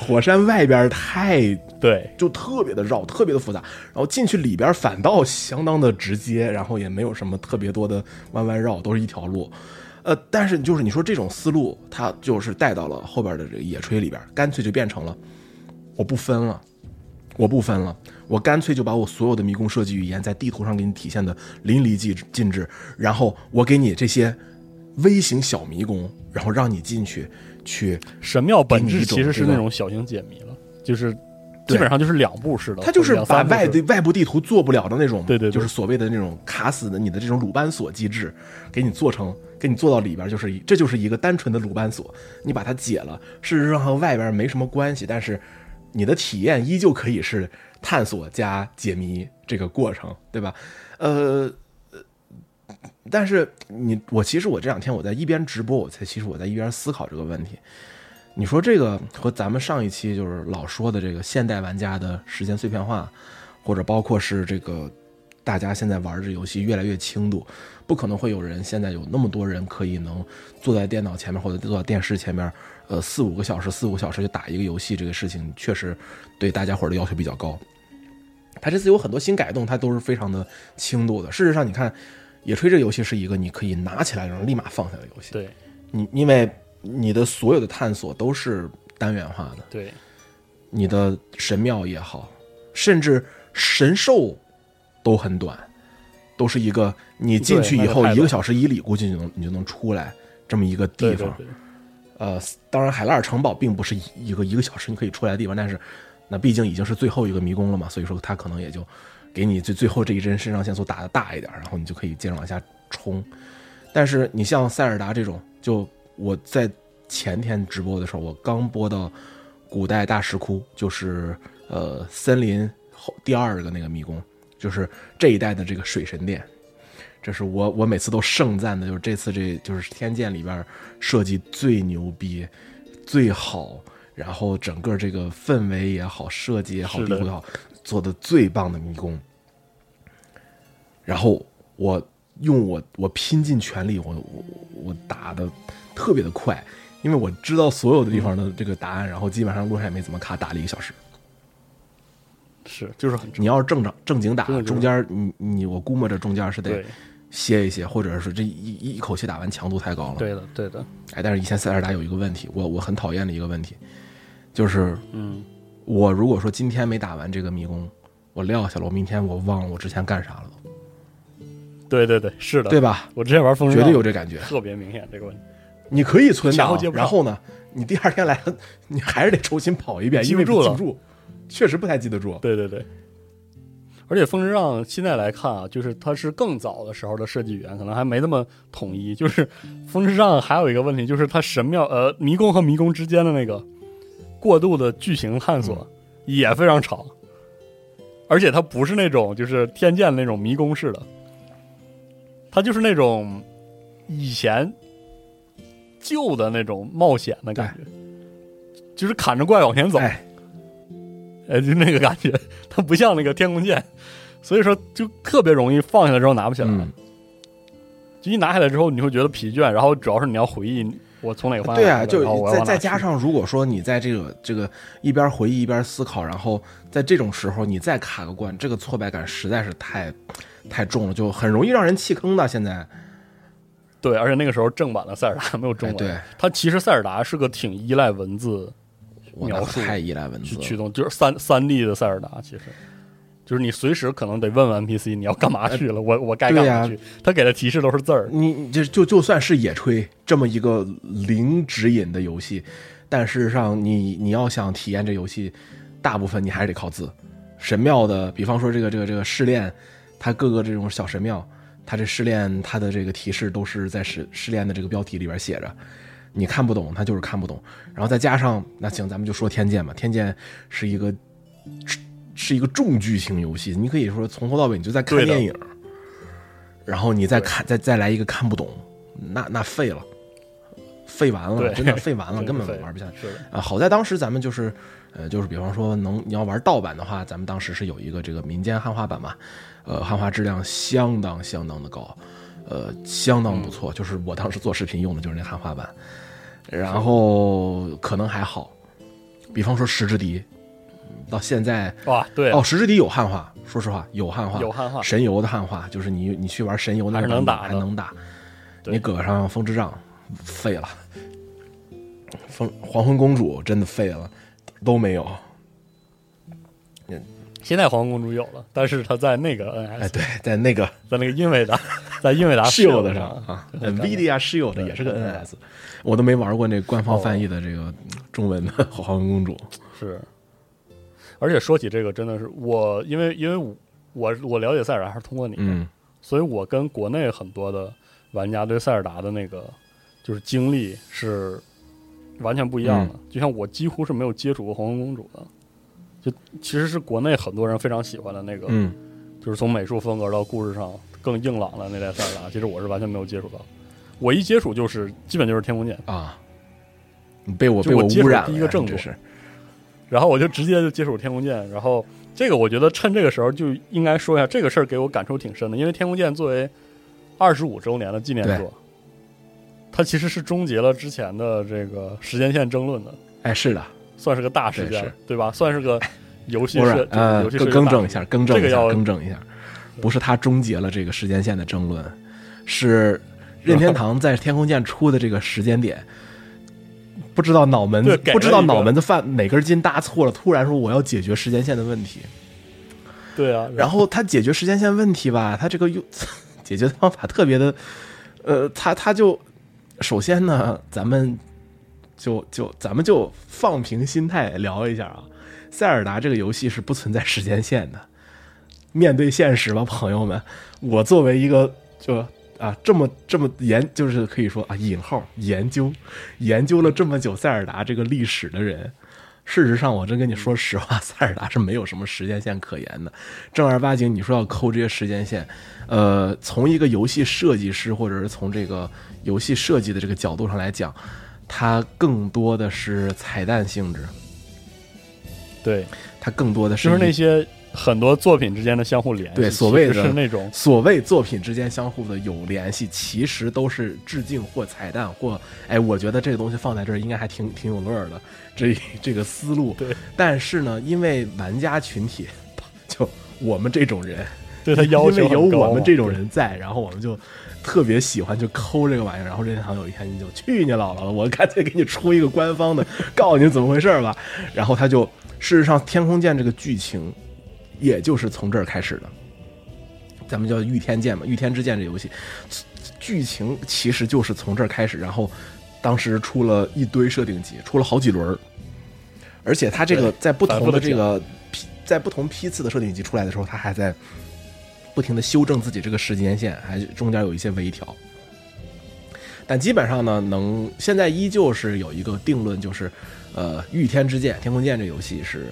火山外边太对， 就特别的绕，特别的复杂，然后进去里边反倒相当的直接，然后也没有什么特别多的弯弯绕，都是一条路。呃，但是就是你说这种思路，它就是带到了后边的这个野炊里边，干脆就变成了我不分了，我不分了，我干脆就把我所有的迷宫设计语言在地图上给你体现的淋漓尽致，然后我给你这些微型小迷宫，然后让你进去去。 神庙本质其实是那种小型解谜了，就是基本上就是两步式的， 它就是把外的外部地图做不了的那种， 对对对， 就是所谓的那种卡死的你的这种鲁班锁机制，给你做成，给你做到里边，就是这就是一个单纯的鲁班锁，你把它解了，事实上和外边没什么关系，但是你的体验依旧可以是探索加解谜这个过程，对吧？呃。但是你我其实我这两天我在一边直播，我才其实我在一边思考这个问题。你说这个和咱们上一期就是老说的这个现代玩家的时间碎片化，或者包括是这个大家现在玩这游戏越来越轻度，不可能会有人现在有那么多人可以能坐在电脑前面或者坐在电视前面，呃四五个小时四五个小时就打一个游戏，这个事情确实对大家伙的要求比较高。它这次有很多新改动，它都是非常的轻度的。事实上，你看。野炊这个游戏是一个你可以拿起来然后立马放下的游戏， 对， 你因为你的所有的探索都是单元化的， 对， 你的神庙也好，甚至神兽都很短，都是一个你进去以后一个小时以里估计就能你就能出来这么一个地方。 对对对， 呃，当然海拉尔城堡并不是一个一个小时你可以出来的地方，但是那毕竟已经是最后一个迷宫了嘛，所以说它可能也就。给你最最后这一针肾上腺素打得大一点，然后你就可以接着往下冲。但是你像塞尔达这种，就我在前天直播的时候，我刚播到古代大石窟，就是呃森林后第二个那个迷宫，就是这一代的这个水神殿。这是我我每次都盛赞的，就是这次这就是天剑里边设计最牛逼、最好，然后整个这个氛围也好，设计也好，地图也好。做的最棒的迷宫，然后我用我我拼尽全力，我我我打的特别的快，因为我知道所有的地方的这个答案，然后基本上路上也没怎么卡，打了一个小时。 是，就是很你要是正正正经打，中间你你我估摸着中间是得歇一歇，或者是这一一口气打完强度太高了。 对的，对的。 哎，但是以前塞尔达有一个问题，我我很讨厌的一个问题，就是嗯。 我如果说今天没打完这个迷宫，我撂下了，我明天我忘了我之前干啥了都。 对对对，是的， 对吧？ 我之前玩风之绝对有这感觉， 特别明显这个问题。 你可以存档， 后然后呢，你第二天来了，你还是得重新跑一遍， 记不住了， 记不住，确实不太记得住。 对对对。而且风之杖现在来看啊，就是它是更早的时候的设计语言，可能还没那么统一。就是风之杖还有一个问题，就是它神庙呃迷宫和迷宫之间的那个。过度的剧情探索也非常长，而且它不是那种就是天剑那种迷宫式的，它就是那种以前旧的那种冒险的感觉，就是砍着怪往前走，哎，哎就那个感觉，它不像那个天空剑，所以说就特别容易放下来之后拿不起来，嗯、就一拿下来之后你会觉得疲倦，然后主要是你要回忆。我从哪个方向？ 对啊，就再再加上，如果说你在这个这个一边回忆一边思考，然后在这种时候你再卡个关，这个挫败感实在是太太重了，就很容易让人弃坑的。现在， 对，而且那个时候正版的塞尔达没有中文， 对， 它其实塞尔达是个挺依赖文字描述， 太依赖文字去驱动，就是三三 D 的塞尔达，其实。就是你随时可能得问问 N P C 你要干嘛去了，我我该干嘛去？他给的提示都是字儿。 你就就就算是野炊这么一个零指引的游戏，但事实上你你要想体验这游戏，大部分你还是得靠字。神庙的，比方说这个这个这个试炼，它各个这种小神庙，它这试炼它的这个提示都是在试试炼的这个标题里边写着，你看不懂，它就是看不懂。然后再加上那行，咱们就说天剑吧，天剑是一个。是一个重剧情游戏，你可以说从头到尾你就在看电影，然后你再看再再来一个看不懂，那那废了，废完了，真的废完了，根本玩不下去。啊，好在当时咱们就是呃，就是比方说能你要玩盗版的话，咱们当时是有一个这个民间汉化版嘛，呃，汉化质量相当相当的高，呃，相当不错。嗯、就是我当时做视频用的就是那汉化版，然后可能还好。 比方说石之笛，到现在哇，对、啊、 哦，石之笛有汉化，说实话有汉化， 有汉化， 神游的汉化，就是你你去玩神游那还能打， 还能打，你搁上风之杖废了，风黄昏公主真的废了，都没有。 现在黄昏公主有了，但是她在那个 N S， 哎，对，在那个在那个英伟达，在英伟达 Shield 上啊 ，NVIDIA Shield 也是个 N S， 我都没玩过那官方翻译的这个中文的黄昏公主。 是，而且说起这个，真的是我，因为因为我我了解塞尔达还是通过你， 嗯， 所以我跟国内很多的玩家对塞尔达的那个就是经历是完全不一样的。 嗯、 就像我几乎是没有接触过黄昏公主的。就其实是国内很多人非常喜欢的那个， 嗯， 就是从美术风格到故事上更硬朗的那代塞尔达，其实我是完全没有接触到。我一接触就是基本就是天空剑啊，你被我被我污染了， 第一个正作是， 然后我就直接就接触天空剑，然后这个我觉得趁这个时候就应该说一下这个事儿，给我感触挺深的，因为天空剑作为二十五周年的纪念作，它其实是终结了之前的这个时间线争论的。 哎，是的。 算是个大事件， 对, 对吧？算是个游戏设呃， 游戏设更正一下，更正一下， 这个要更正一下，不是他终结了这个时间线的争论，是任天堂在天空剑出的这个时间点，不知道脑门子不知道脑门子犯哪根筋搭错了，突然说我要解决时间线的问题。 对啊， 然后他解决时间线问题吧，他这个又解决的方法特别的，呃，他他就首先呢，咱们。就就咱们就放平心态聊一下啊，塞尔达这个游戏是不存在时间线的。面对现实吧，朋友们，我作为一个就啊这么这么研，就是可以说啊引号研究研究了这么久塞尔达这个历史的人，事实上我真跟你说实话，塞尔达是没有什么时间线可言的。正儿八经你说要抠这些时间线，呃，从一个游戏设计师或者是从这个游戏设计的这个角度上来讲。它更多的是彩蛋性质， 对， 它更多的是就是那些很多作品之间的相互联系， 对，所谓的是那种所谓作品之间相互的有联系，其实都是致敬或彩蛋或哎，我觉得这个东西放在这儿应该还挺挺有乐的，这这个思路。 对， 但是呢，因为玩家群体，就我们这种人， 对他要求因为有我们这种人在，然后我们就。特别喜欢就抠这个玩意儿，然后任天堂有一天你就去你姥姥了，我干脆给你出一个官方的，告诉你怎么回事吧。然后他就事实上，天空剑这个剧情，也就是从这儿开始的。咱们叫御天剑嘛，御天之剑这游戏，剧情其实就是从这儿开始。然后当时出了一堆设定集，出了好几轮，而且它这个在不同的这个在不同批次的设定集出来的时候，它还在。不停的修正自己这个时间线，还中间有一些微调，但基本上呢，能现在依旧是有一个定论，就是呃，御天之剑、天空剑这游戏是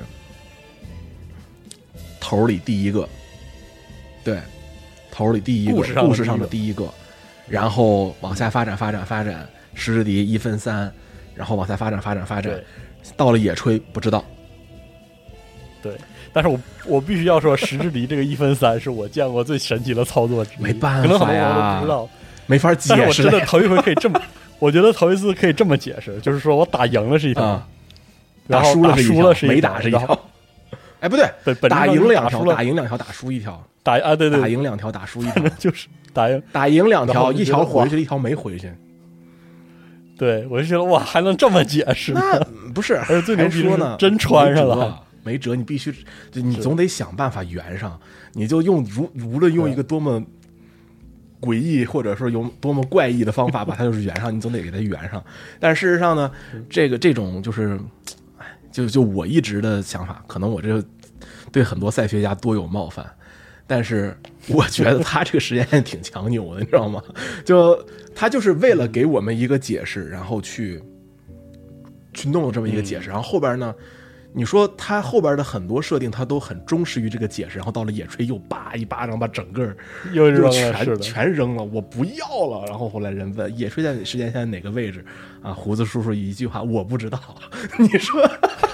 头里第一个，对，头里第一个，故事上的第一个，然后往下发展，发展，发展，石之笛一分三，然后往下发展，发展，发展，到了野炊不知道， 对。但是我我必须要说，石之笛这个一分三是我见过最神奇的操作之一。 没办法呀， 可能很多人都不知道， 没法解释。 但是我真的头一回可以这么，我觉得头一次可以这么解释，就是说我打赢了是一条， 啊、 然后打输了是一条， 没打是一条。哎，不对， 对， 打赢两条，打赢两条，打输一条。 打啊，对对， 打赢两条，打输一条， 就是打赢打赢两条，一条回去，一条没回去。 对，我就觉得哇，还能这么解释？ 那不是， 而且最牛逼说呢， 真穿上了。 没辙，你必须，你总得想办法圆上。你就用如无论用一个多么诡异或者说有多么怪异的方法把它就是圆上，你总得给它圆上。但事实上呢，这个这种就是，就就我一直的想法，可能我这对很多赛学家多有冒犯，但是我觉得他这个实验线挺强扭的，你知道吗？就他就是为了给我们一个解释，然后去去弄了这么一个解释，然后后边呢。你说他后边的很多设定，他都很忠实于这个解释，然后到了野炊又叭一巴掌把整个又扔了， 全全扔了，我不要了。然后后来人问野炊在时间线哪个位置啊？胡子叔叔一句话我不知道。你说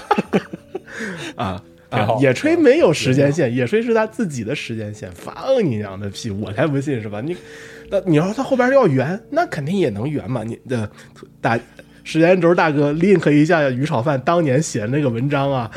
啊啊！野炊没有时间线，野炊是他自己的时间线。放你娘的屁！我才不信是吧？你那你要他后边要圆，那肯定也能圆嘛。你的打时间轴大哥 link 一下于炒饭当年写的那个文章啊，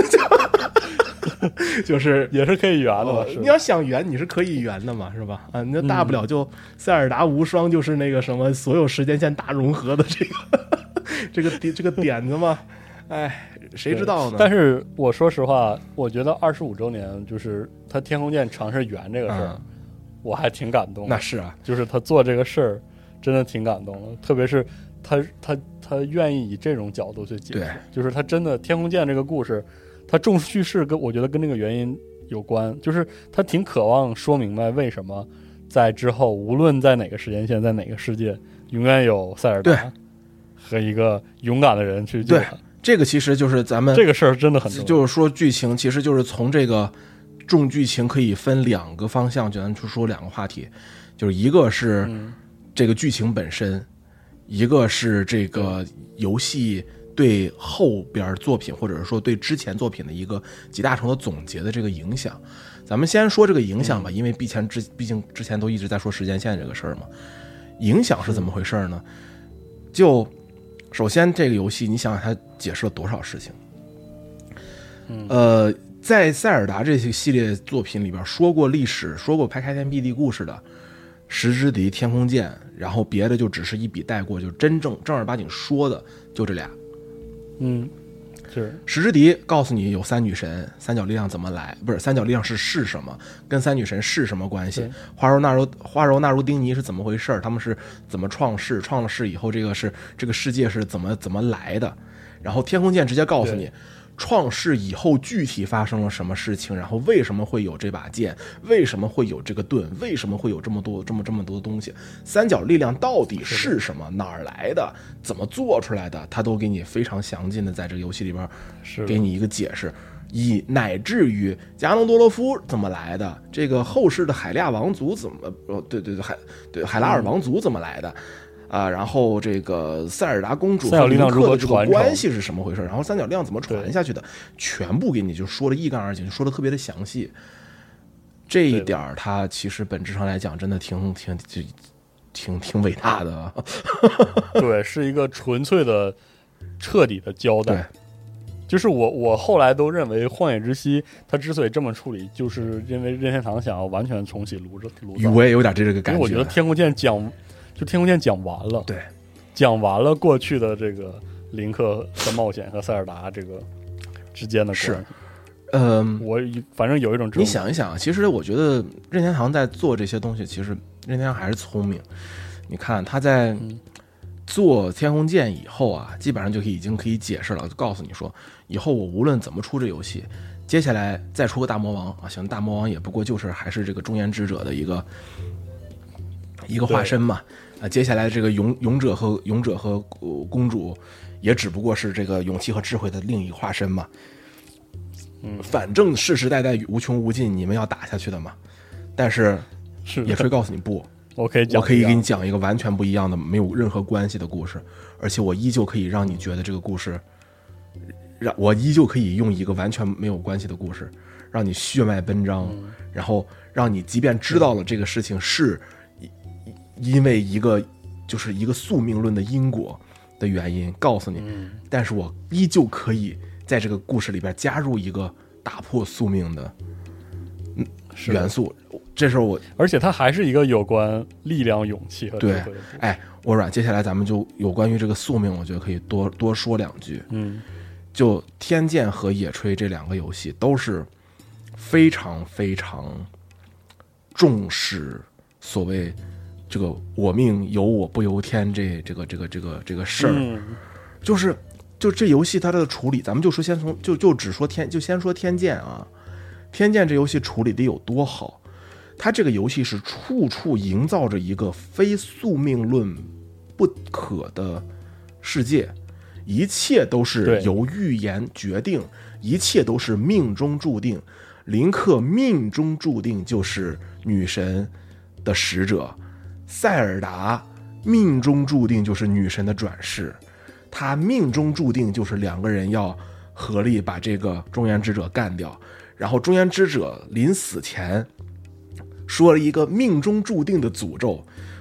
就是也是可以圆的嘛、 呃。你要想圆，你是可以圆的嘛，是吧？啊，那大不了就塞尔达无双，就是那个什么所有时间线大融合的这个这个这个点子嘛。哎，谁知道呢？ 但是我说实话，我觉得二十五周年就是他天空剑尝试圆这个事儿、嗯，我还挺感动的。 那是啊， 就是他做这个事儿真的挺感动的，特别是他他他愿意以这种角度去解释，就是他真的天空剑这个故事，他重叙事跟我觉得跟这个原因有关，就是他挺渴望说明白为什么在之后无论在哪个时间线，在哪个世界，永远有塞尔达和一个勇敢的人去救他。 这个其实就是咱们这个事儿真的很重要， 就是说剧情其实就是从这个重剧情可以分两个方向，就咱就说两个话题，就是一个是这个剧情本身、嗯、一个是这个游戏对后边作品或者是说对之前作品的一个集大成的总结的这个影响。咱们先说这个影响吧、嗯、因为毕前之毕竟之前都一直在说时间线这个事儿嘛。影响是怎么回事呢？就首先这个游戏你想想它解释了多少事情。 嗯呃在塞尔达这些系列作品里边说过历史，说过拍开天辟地故事的石之笛、天空剑，然后别的就只是一笔带过，就真正正儿八经说的就这俩。 嗯，是石之笛告诉你有三女神，三角力量怎么来，不是三角力量是是什么，跟三女神是什么关系，花柔纳柔花柔纳柔丁尼是怎么回事，他们是怎么创世，创了世以后这个是这个世界是怎么怎么来的。然后天空剑直接告诉你创世以后具体发生了什么事情，然后为什么会有这把剑，为什么会有这个盾，为什么会有这么多这么这么多的东西，三角力量到底是什么，哪儿来的，怎么做出来的，他都给你非常详尽的在这个游戏里边给你一个解释，以乃至于加农多罗夫怎么来的，这个后世的海利亚王族怎么哦对对对海对海拉尔王族怎么来的。啊，然后这个塞尔达公主和林克的这个关系是什么回事？然后三角力量怎么传下去的，全部给你就说的一干二净，就说的特别的详细。这一点它其实本质上来讲，真的挺挺挺挺挺伟大的。 对，是一个纯粹的、彻底的交代。就是我我后来都认为《荒野之息》它之所以这么处理，就是因为任天堂想要完全重启炉子炉子。 我也有点这个感觉， 因为我觉得天空剑讲。就天空剑讲完了， 对， 讲完了过去的这个林克的冒险和塞尔达这个之间的关系。 是，嗯， 我反正有一种你想一想，其实我觉得任天堂在做这些东西，其实任天堂还是聪明。你看他在做天空剑以后啊，基本上就已经可以解释了，就告诉你说，以后我无论怎么出这游戏，接下来再出个大魔王啊，行，大魔王也不过就是还是这个中原之者的一个一个化身嘛。啊，接下来这个勇勇者和勇者和、呃、公主，也只不过是这个勇气和智慧的另一化身嘛。 嗯， 反正世世代代无穷无尽，你们要打下去的嘛。但是野炊告诉你不， 我可以讲， 我可以给你讲一个完全不一样的、没有任何关系的故事，而且我依旧可以让你觉得这个故事，让我依旧可以用一个完全没有关系的故事，让你血脉奔张， 嗯、 然后让你即便知道了这个事情是。因为一个就是一个宿命论的因果的原因告诉你、 嗯、 但是我依旧可以在这个故事里边加入一个打破宿命的元素，这时候我而且它还是一个有关力量勇气和智慧的。 对，哎，我软接下来咱们就有关于这个宿命我觉得可以多多说两句。 嗯， 就天剑和野炊这两个游戏都是非常非常重视所谓这个我命由我不由天这这个这个这个这个事儿、 嗯， 就是就这游戏它的处理，咱们就说先从就就只说天就先说天剑啊，天剑这游戏处理得有多好，它这个游戏是处处营造着一个非宿命论不可的世界，一切都是由预言决定，一切都是命中注定，林克命中注定就是女神的使者。塞尔达命中注定就是女神的转世，他命中注定就是两个人要合力把这个中原之者干掉，然后中原之者临死前说了一个命中注定的诅咒，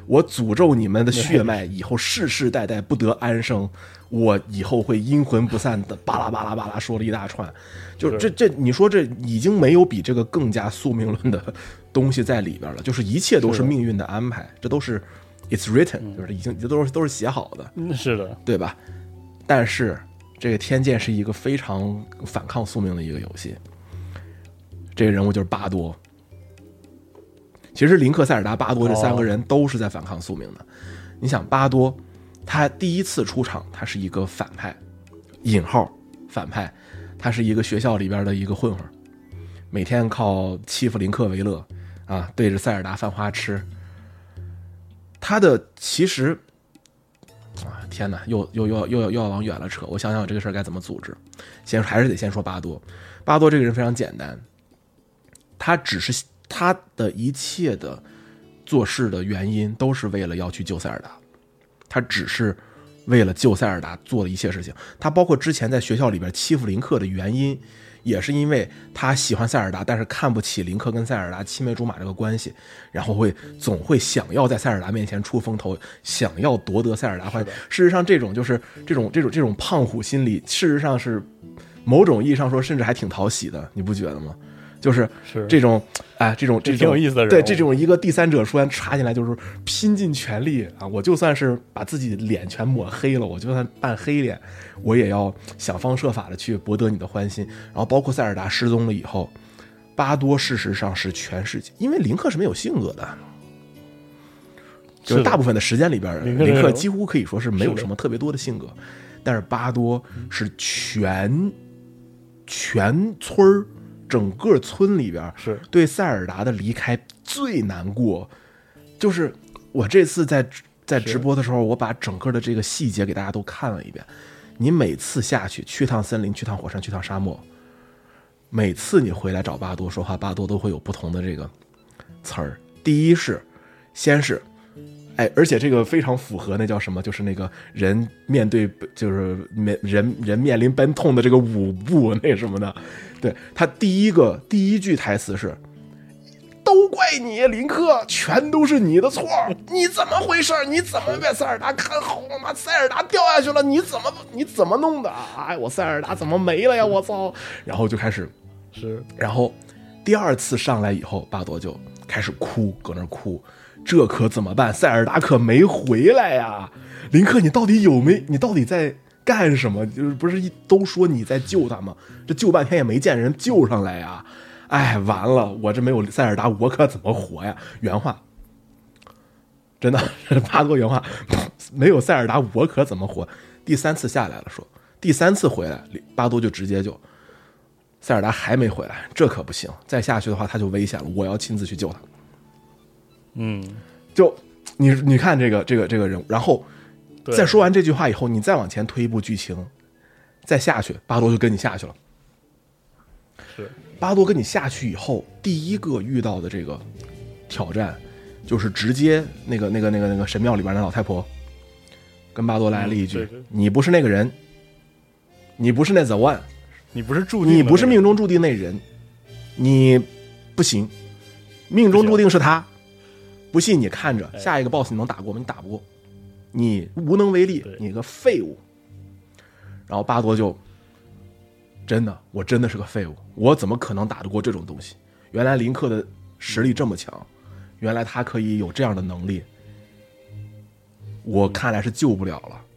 我诅咒你们的血脉以后世世代代不得安生，我以后会阴魂不散的，巴拉巴拉巴拉说了一大串，就这这，你说这已经没有比这个更加宿命论的东西在里边了，就是一切都是命运的安排，这都是 it's written， 就是已经这都是都是写好的， 是的， 对吧？但是这个天剑是一个非常反抗宿命的一个游戏，这个人物就是巴多。其实林克、塞尔达、巴多这三个人都是在反抗宿命的。你想，巴多他第一次出场，他是一个反派，引号反派，他是一个学校里边的一个混混，每天靠欺负林克为乐啊，对着塞尔达犯花痴。他的其实啊，天哪，又又又又又要往远了扯。我想想这个事儿该怎么组织。先还是得先说巴多。巴多这个人非常简单，他只是。他的一切的做事的原因都是为了要去救塞尔达，他只是为了救塞尔达做的一切事情。他包括之前在学校里边欺负林克的原因，也是因为他喜欢塞尔达，但是看不起林克跟塞尔达青梅竹马这个关系，然后会总会想要在塞尔达面前出风头，想要夺得塞尔达欢心。事实上，这种就是这种这种这种胖虎心理，事实上是某种意义上说，甚至还挺讨喜的，你不觉得吗？就是这种，哎，这种这种挺有意思的人物， 对这种一个第三者突然插进来，就是拼尽全力啊！我就算是把自己的脸全抹黑了，我就算扮黑脸，我也要想方设法的去博得你的欢心。然后包括塞尔达失踪了以后，巴多事实上是全世界，因为林克是没有性格的，就是大部分的时间里边，林克几乎可以说是没有什么特别多的性格，但是巴多是全全村儿。整个村里边是对塞尔达的离开最难过，就是我这次在在直播的时候，我把整个的这个细节给大家都看了一遍。你每次下去去趟森林，去趟火山，去趟沙漠，每次你回来找巴多说话，巴多都会有不同的这个词儿。第一是，先是。哎，而且这个非常符合那叫什么，就是那个人面对，就是面人人面临奔痛的这个舞步那什么的。对，他第一个第一句台词是：“都怪你，林克，全都是你的错，你怎么回事？你怎么被塞尔达看好了？妈，塞尔达掉下去了，你怎么你怎么弄的？哎，我塞尔达怎么没了呀？我操！”然后就开始是， 然后第二次上来以后，巴多就开始哭，搁那哭。这可怎么办？塞尔达可没回来呀！林克，你到底有没？你到底在干什么？就是不是都说你在救他吗？这救半天也没见人救上来呀！哎，完了，我这没有塞尔达，我可怎么活呀？原话，真的，巴多原话，没有塞尔达，我可怎么活？第三次下来了，说第三次回来，巴多就直接就，塞尔达还没回来，这可不行，再下去的话他就危险了，我要亲自去救他。 嗯， 就你你看这个这个这个人物，然后在说完这句话以后，你再往前推一步剧情，再下去，巴多就跟你下去了。 是巴多跟你下去以后，第一个遇到的这个挑战，就是直接那个那个那个那个神庙里边的老太婆，跟巴多来了一句：“嗯、对对你不是那个人，你不是那 the one， 你不是注定， 你不是命中注定那人，你不行，命中注定是他。”不信你看着，下一个 boss 你能打过吗？你打不过，你无能为力，你个废物。然后巴多就真的，我真的是个废物，我怎么可能打得过这种东西？原来林克的实力这么强，原来他可以有这样的能力，我看来是救不了了。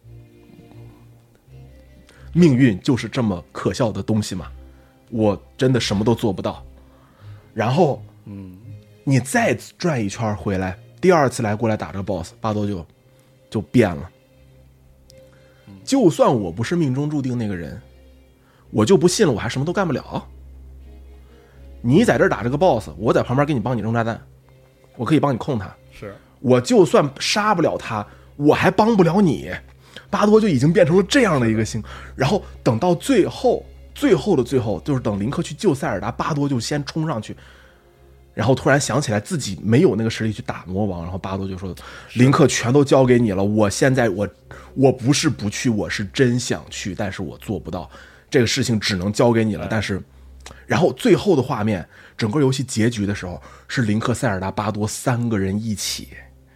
命运就是这么可笑的东西嘛，我真的什么都做不到。然后，嗯。你再转一圈回来，第二次来过来打这个 boss， 巴多就就变了。就算我不是命中注定那个人，我就不信了，我还什么都干不了。你在这打这个 boss， 我在旁边给你帮你扔炸弹，我可以帮你控他。 是， 我就算杀不了他，我还帮不了你。巴多就已经变成了这样的一个星，然后等到最后，最后的最后，就是等林克去救塞尔达，巴多就先冲上去。然后突然想起来自己没有那个实力去打魔王，然后巴多就说：“林克全都交给你了，我现在我我不是不去，我是真想去，但是我做不到，这个事情只能交给你了。”但是，然后最后的画面，整个游戏结局的时候是林克、塞尔达、巴多三个人一起，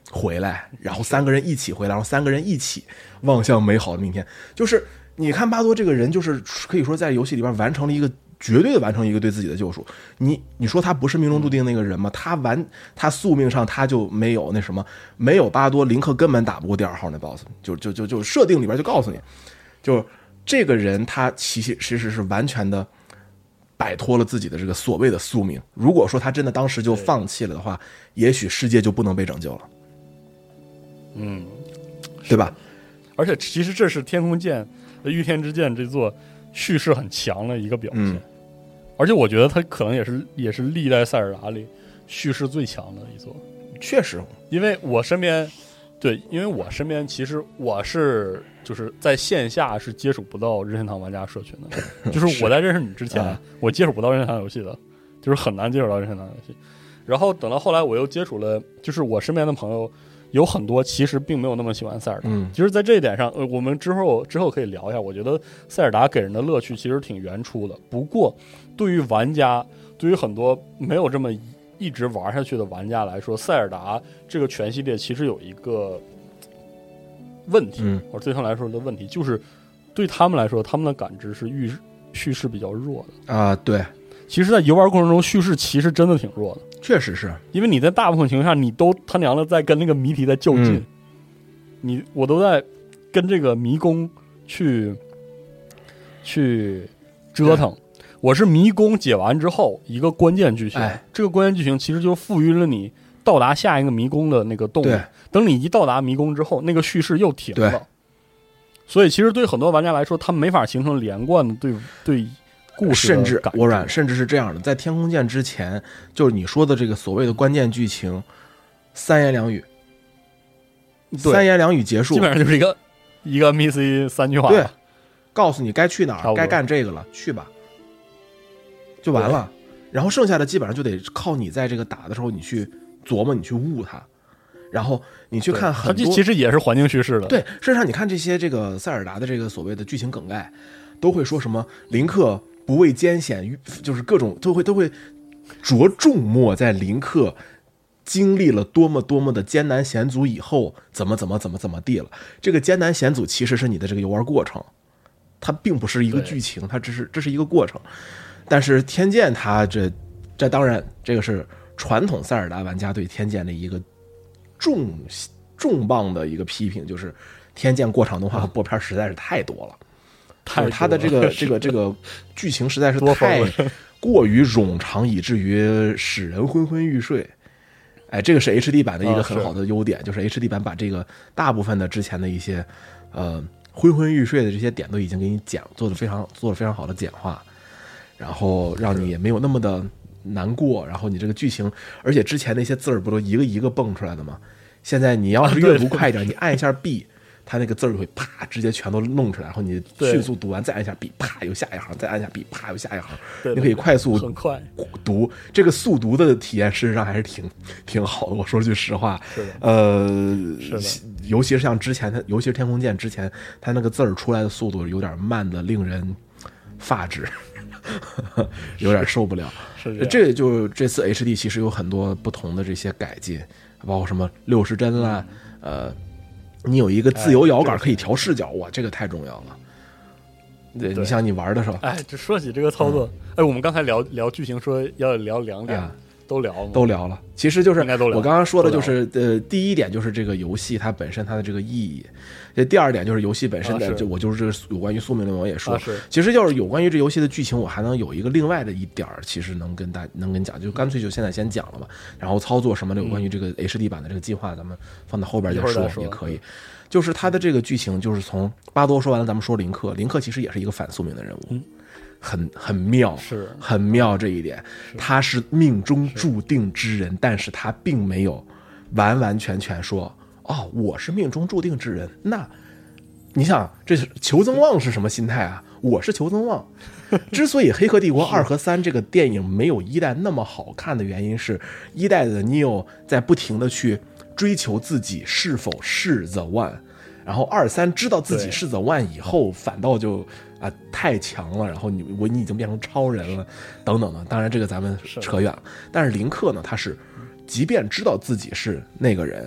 回来，然后三个人一起回来，然后三个人一起望向美好的明天。就是你看巴多这个人，就是可以说在游戏里边完成了一个绝对的完成一个对自己的救赎。你你说他不是命中注定那个人吗？他完他宿命上他就没有那什么，没有巴多，林克根本打不过第二号那 boss。就就就就设定里边就告诉你，就这个人他其实其实是完全的摆脱了自己的这个所谓的宿命。如果说他真的当时就放弃了的话，也许世界就不能被拯救了。 嗯， 对吧？ 而且其实这是天空剑的御天之剑这座叙事很强的一个表现。嗯，而且我觉得它可能也是也是历代塞尔达里叙事最强的一座。 确实， 因为我身边，对，因为我身边其实我是就是在线下是接触不到任天堂玩家社群的，就是我在认识你之前，啊、我接触不到任天堂游戏的，就是很难接触到任天堂游戏。然后等到后来我又接触了，就是我身边的朋友有很多其实并没有那么喜欢塞尔达。嗯，其实在这一点上，呃，我们之后之后可以聊一下。我觉得塞尔达给人的乐趣其实挺原初的，不过对于玩家，对于很多没有这么一直玩下去的玩家来说，塞尔达这个全系列其实有一个问题， 嗯， 或者对他们来说的问题，就是对他们来说，他们的感知是叙叙事比较弱的啊、呃。对， 其实，在游玩过程中，叙事其实真的挺弱的。 确实是因为你在大部分情况下，你都他娘的在跟那个谜题在较劲，嗯、你我都在跟这个迷宫去去折腾。我是迷宫解完之后一个关键剧情， 哎、 这个关键剧情其实就赋予了你到达下一个迷宫的那个动力。等你一到达迷宫之后，那个叙事又停了。所以其实对很多玩家来说，他们没法形成连贯的对对。故事甚至我软甚至是这样的，在天空剑之前，就是你说的这个所谓的关键剧情，三言两语，三言两语结束， 基本上就是一个一个 M C 三句话， 对，告诉你该去哪儿，该干这个了，去吧，就完了。然后剩下的基本上就得靠你在这个打的时候，你去琢磨，你去悟它。然后你去看很多， 它其实也是环境叙事的。 对，事实上你看这些这个塞尔达的这个所谓的剧情梗概，都会说什么林克不畏艰险，就是各种都会都会着重墨在林克经历了多么多么的艰难险阻以后，怎么怎么怎么怎么地了。这个艰难险阻其实是你的这个游玩过程，它并不是一个剧情，它只是这是一个过程。但是天剑它这这当然这个是传统塞尔达玩家对天剑的一个重重磅的一个批评，就是天剑过场动画和播片实在是太多了。就是他的这个这个这个剧情实在是太过于冗长，以至于使人昏昏欲睡。哎，这个是 H D 版的一个很好的优点，啊、是就是 H D 版把这个大部分的之前的一些呃昏昏欲睡的这些点都已经给你讲，做的非常做的非常好的简化，然后让你也没有那么的难过。然后你这个剧情，而且之前那些字儿不都一个一个蹦出来的吗？现在你要是阅读快一点，你按一下 B。他那个字儿会啪直接全都弄出来，然后你迅速读完，再按下笔，啪又下一行，再按下笔，啪又下一行，你可以快速很快读。这个速读的体验事实上还是挺挺好的。我说句实话， 是的呃， 是的， 尤其是像之前它，尤其是天空剑之前，它那个字儿出来的速度有点慢的令人发指，有点受不了。 是这这就这次 H D 其实有很多不同的这些改进，包括什么六十帧啦，呃。你有一个自由摇杆可以调视角，哇，这个太重要了。对，你像你玩的时候， 哎，这说起这个操作，嗯、哎，我们刚才聊聊剧情，说要聊两点，哎、都聊了， 都聊了。其实就是我刚刚说的，就是呃， 第一点就是这个游戏它本身它的这个意义，这第二点就是游戏本身的， 啊、 就我就是这个有关于宿命论，我也说， 啊、 其实就是有关于这游戏的剧情，我还能有一个另外的一点，其实能跟大能跟讲，就干脆就现在先讲了嘛。然后操作什么的，有关于这个 H D 版的这个计划，咱们放到后边再说也可以。就是他的这个剧情，就是从巴多说完了，咱们说林克，林克其实也是一个反宿命的人物， 嗯、 很很妙， 是很妙这一点。他是命中注定之人，但是他并没有完完全全说，哦，我是命中注定之人。那你想，这是求增旺是什么心态啊？我是求增旺。之所以《黑客帝国二》和三这个电影没有一代那么好看的原因是，一代的 Neo 在不停的去追求自己是否是 The One， 然后二三知道自己是 The One 以后，反倒就啊太强了，然后你我你已经变成超人了，等等的。当然这个咱们扯远了。但是林克呢，他是即便知道自己是那个人，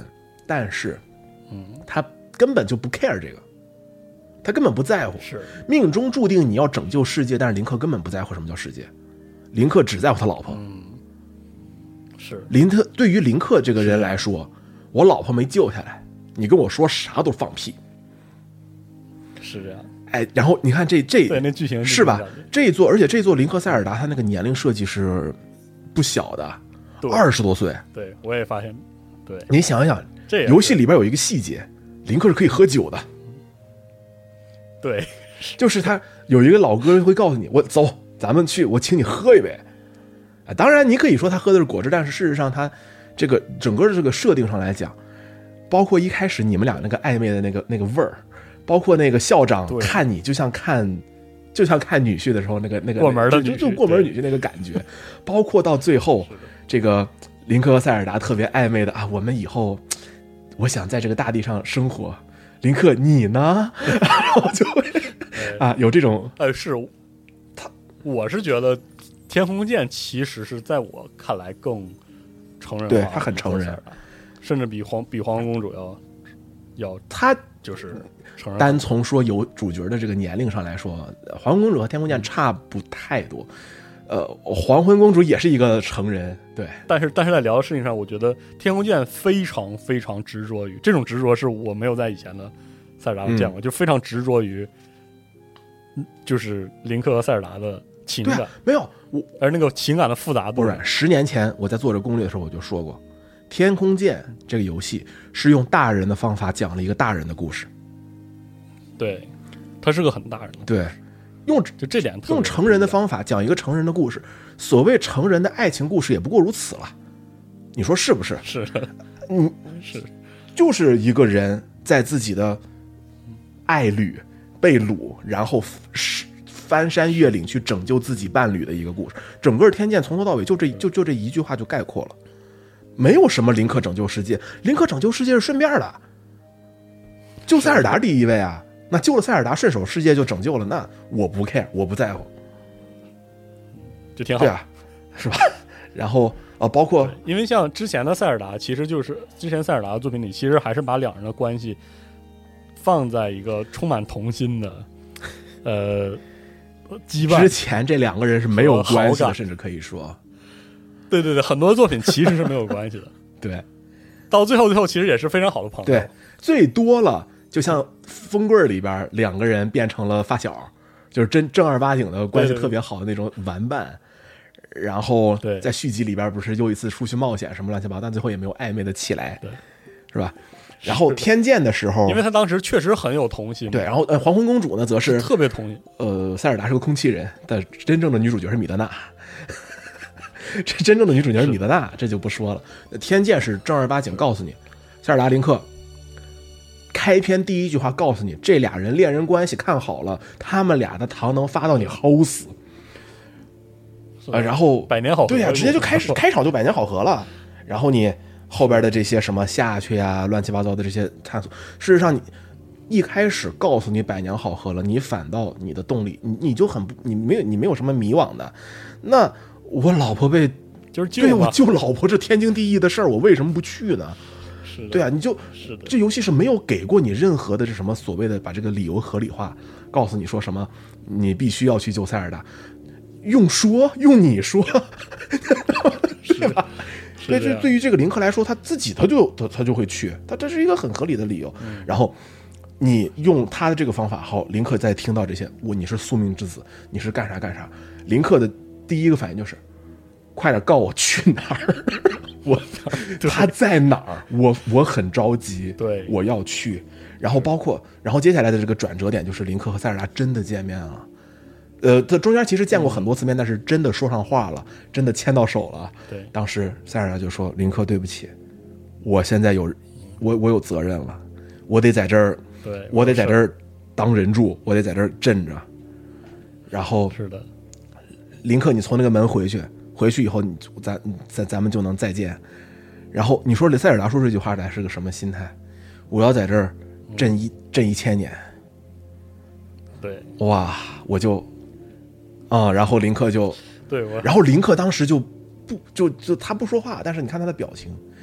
但是， 嗯， 他根本就不 care 这个，他根本不在乎。 是命中注定你要拯救世界，但是林克根本不在乎什么叫世界，林克只在乎他老婆。 嗯，是林特对于林克这个人来说，我老婆没救下来，你跟我说啥都放屁。 是这样。 哎，然后你看这这对那剧情是吧？这一座，而且这座林克塞尔达他那个年龄设计是不小的，二十多岁。 对，我也发现。对， 你想一想， 这游戏里边有一个细节，林克是可以喝酒的。 对， 就是他有一个老哥会告诉你，我走，咱们去，我请你喝一杯。啊，当然你可以说他喝的是果汁，但是事实上他这个整个的这个设定上来讲，包括一开始你们俩那个暧昧的那个那个味儿，包括那个校长看你就像看就像看女婿的时候那个那个过门的就就过门女婿那个感觉，包括到最后这个林克和塞尔达特别暧昧的啊，我们以后我想在这个大地上生活，林克你呢？然后就会啊有这种呃是他，我是觉得天空剑其实是在我看来更成人化， 对他很成人， 甚至比黄比黄公主要要他就是成人。 单从说有主角的这个年龄上来说，黄昏公主和天空剑差不太多。呃，黄昏公主也是一个成人，对。 但是但是在聊的事情上，我觉得天空剑非常非常执着于这种执着，是我没有在以前的塞尔达见过，嗯、就非常执着于，就是林克和塞尔达的情感。 啊、没有我， 而那个情感的复杂度。 不然，十年前我在做这攻略的时候我就说过，天空剑这个游戏是用大人的方法讲了一个大人的故事。 对，它是个很大人的故事。 对。用就这点用成人的方法讲一个成人的故事，所谓成人的爱情故事也不过如此了，你说是不是？ 是， 嗯， 是， 就是一个人在自己的爱侣被掳，然后翻山越岭去拯救自己伴侣的一个故事。整个天剑从头到尾就这就就这一句话就概括了，没有什么林克拯救世界，林克拯救世界是顺便的，救塞尔达第一位啊。那救了塞尔达，顺手世界就拯救了，那我不 care， 我不在乎， 就挺好， 对啊，是吧？然后啊，包括因为像之前的塞尔达，其实就是之前塞尔达的作品里，其实还是把两人的关系放在一个充满童心的呃羁绊。 之前这两个人是没有关系的，甚至可以说， 对对对，很多作品其实是没有关系的。 对， 到最后最后其实也是非常好的朋友。 对，最多了。就像风棍里边两个人变成了发小，就是真正儿八经的关系特别好的那种玩伴。对对对，然后在续集里边不是又一次出去冒险什么乱七八糟，但最后也没有暧昧的起来， 对， 是吧？然后天剑的时候， 因为他当时确实很有童心。 对，然后呃，黄昏公主呢，则是特别童心。 呃，塞尔达是个空气人，但真正的女主角是米德娜。这真正的女主角是米德娜，这就不说了。天剑是正儿八经告诉你，塞尔达林克。开篇第一句话告诉你，这俩人恋人关系看好了，他们俩的糖能发到你齁死，啊，然后百年好合， 对呀、啊，直接就开始开场就百年好合了。然后你后边的这些什么下去呀、乱七八糟的这些探索，事实上你一开始告诉你百年好合了，你反倒你的动力，你你就很你没有你没有什么迷惘的。那我老婆被就是救对我救老婆这天经地义的事儿，我为什么不去呢？对啊，你就这游戏是没有给过你任何的这什么所谓的把这个理由合理化，告诉你说什么你必须要去救塞尔达，用说用你说，对吧？所以这对于这个林克来说，他自己他就他他就会去，他这是一个很合理的理由。嗯、然后你用他的这个方法，好，林克在听到这些，我你是宿命之子，你是干啥干啥，林克的第一个反应就是快点告我去哪儿。我他在哪儿？我我很着急， 对， 我要去。然后包括，然后接下来的这个转折点就是林克和塞尔达真的见面了。呃，他中间其实见过很多次面，嗯、但是真的说上话了，真的牵到手了。 对， 当时塞尔达就说：“林克，对不起，我现在有我我有责任了，我得在这儿， 对， 我得在这儿当人柱，我得在这儿镇着。”然后是的， 林克，你从那个门回去。回去以后，你咱咱咱们就能再见。然后你说塞尔达说这句话来是个什么心态？我要在这儿镇一、嗯、镇一千年。 对， 哇，我就啊、嗯，然后林克就对我， 然后林克当时就不就就他不说话，但是你看他的表情，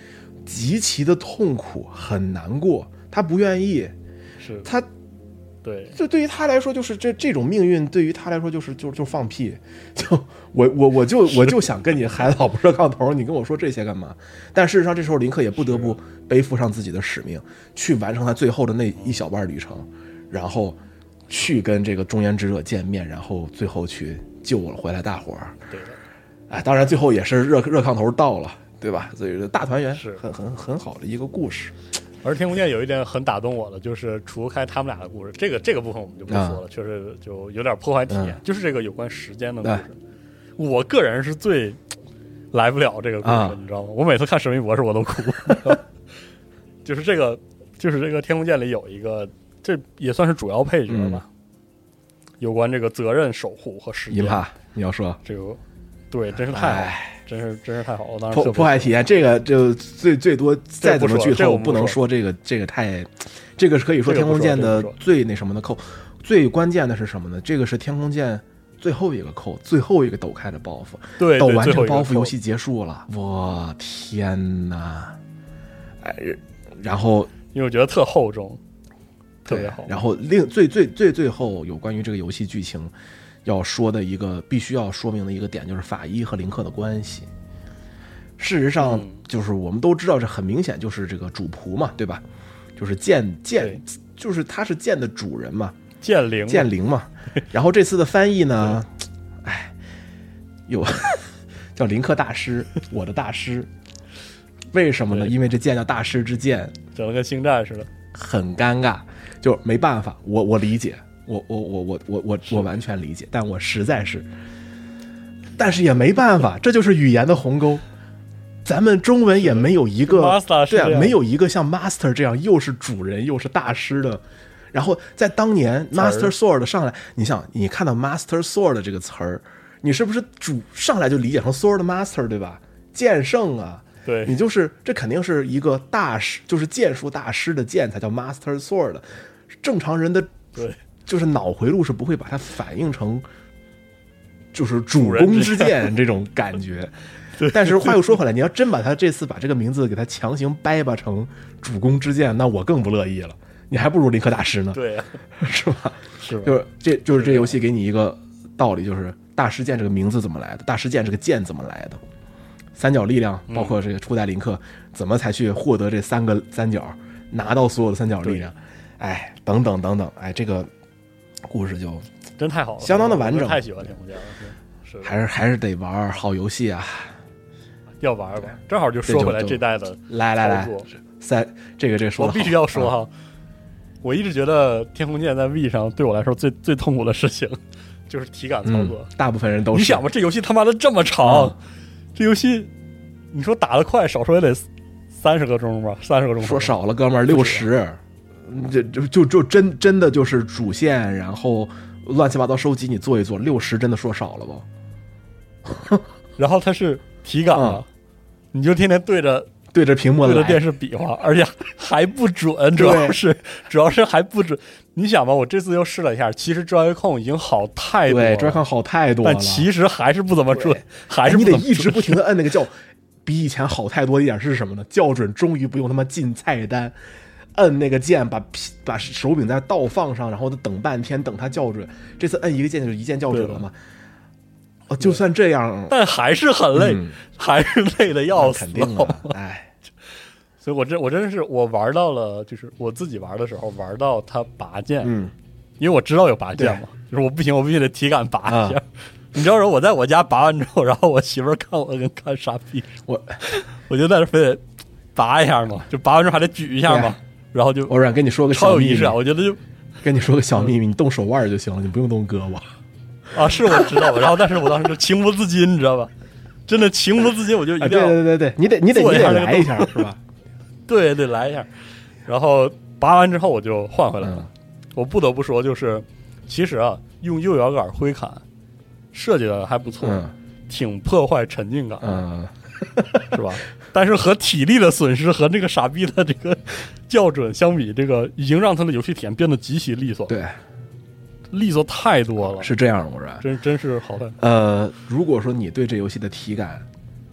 极其的痛苦，很难过，他不愿意， 是他。 对， 就对于他来说，就是这这种命运，对于他来说就是就就放屁，就我我我就我就想跟你孩子老婆热炕头，你跟我说这些干嘛？但事实上，这时候林克也不得不背负上自己的使命，去完成他最后的那一小半旅程，然后去跟这个中原之者见面，然后最后去救了回来大伙儿。 对的， 哎，当然最后也是热热炕头到了，对吧？所以大团圆是很很很好的一个故事。 而天空剑有一点很打动我的，就是除开他们俩的故事，这个这个部分我们就不说了， 啊、 确实就有点破坏体验。嗯、就是这个有关时间的故事， 啊、 我个人是最来不了这个故事，啊、你知道吗？我每次看《神秘博士》我都哭。就是这个，就是这个天空剑里有一个，这也算是主要配角吧，嗯、有关这个责任守护和时间。 伊帕，你要说这个，对，真是太好。真是真是太好了！当然破破坏体验这个就最最多再怎么剧透不能说这个这个太，这个是可以说天空剑的最那什么的扣，最关键的是什么呢？这个是天空剑最后一个扣，最后一个抖开的包袱， 对， 抖完这个包袱游戏结束了，我天哪！哎，然后因为我觉得特厚重，特别好。 然后另最最最最后有关于这个游戏剧情。要说的一个必须要说明的一个点就是法医和林克的关系。事实上，就是我们都知道，这很明显就是这个主仆嘛，对吧？就是剑剑，就是他是剑的主人嘛， 剑灵剑灵嘛。然后这次的翻译呢，哎，有叫林克大师，我的大师。为什么呢？因为这剑叫大师之剑， 整得跟星战似的， 很尴尬，就没办法，我我理解。我我我我我我我完全理解，但我实在是，但是也没办法，这就是语言的鸿沟。咱们中文也没有一个对啊，没有一个像 master 这样又是主人又是大师的。然后在当年 master sword 上来，你想你看到 master sword 这个词儿，你是不是主上来就理解成 sword master 对吧？剑圣啊， 对， 你就是这肯定是一个大师，就是剑术大师的剑才叫 master sword。正常人的对。 就是脑回路是不会把它反映成就是主攻之剑这种感觉，但是话又说回来，你要真把他这次把这个名字给他强行掰巴成主攻之剑，那我更不乐意了。你还不如林克大师呢， 对、啊， 是吧？ 是吧， 就是这就是这游戏给你一个道理，就是大师剑这个名字怎么来的，大师剑这个剑怎么来的，三角力量，包括这个初代林克、嗯、怎么才去获得这三个三角，拿到所有的三角力量，哎，等等等等，哎，这个。故事就真太好了， 相当的完整， 太喜欢天空剑了，是还是还是得玩好游戏啊， 要玩吧。正好就说回来这代的来来来，三这个这个说我必须要说哈，啊、我一直觉得天空剑在 V 上对我来说最最痛苦的事情就是体感操作， 嗯、大部分人都是。 你想吧，这游戏他妈的这么长，嗯、这游戏你说打得快，少说也得三十个钟吧，三十个钟。 说少了，哥们儿六十。这就就就真真的就是主线，然后乱七八糟收集，你做一做，六十真的说少了吧？ 然后它是体感的，嗯、你就天天对着对着屏幕对着电视比划，而且还不准，主要是主要是还不准。你想吧，我这次又试了一下，其实 Joy-Con 已经好太多了， 对 Joy-Con 好太多了， 但其实还是不怎么准，还是不你得一直不停的摁那个叫，比以前好太多一点是什么呢？校准终于不用他妈进菜单。摁那个键，把把手柄在倒放上，然后等半天，等它校准。这次摁一个键就一键校准了嘛？哦，就算这样， 但还是很累，嗯、还是累的要死。 肯定啊，哎， 所以我真我真的是我玩到了，就是我自己玩的时候玩到它拔键， 嗯， 因为我知道有拔键嘛，就是我不行，我必须得体感拔一下。啊、你知道，我在我家拔完之后，然后我媳妇儿看我跟看傻逼， 我我就在这非得拔一下嘛，就拔完之后还得举一下嘛。然后就我让跟你说个小秘密， 我觉得就跟你说个小秘密，你动手腕就行了，你不用动胳膊。 啊，是我知道吧？然后但是我当时就情不自禁，你知道吧？真的情不自禁，我就一定要、 啊、对对对对，你得你得你得来一下是吧？ 对对，来一下。然后拔完之后我就换回来了。嗯、我不得不说，就是其实啊，用右摇杆挥砍设计的还不错， 嗯、 挺破坏沉浸感， 嗯， 是吧？但是和体力的损失和这个傻逼的这个校准相比，这个已经让他的游戏体验变得极其利索。 对， 利索太多了。 是这样，我说真真是好看。 呃，如果说你对这游戏的体感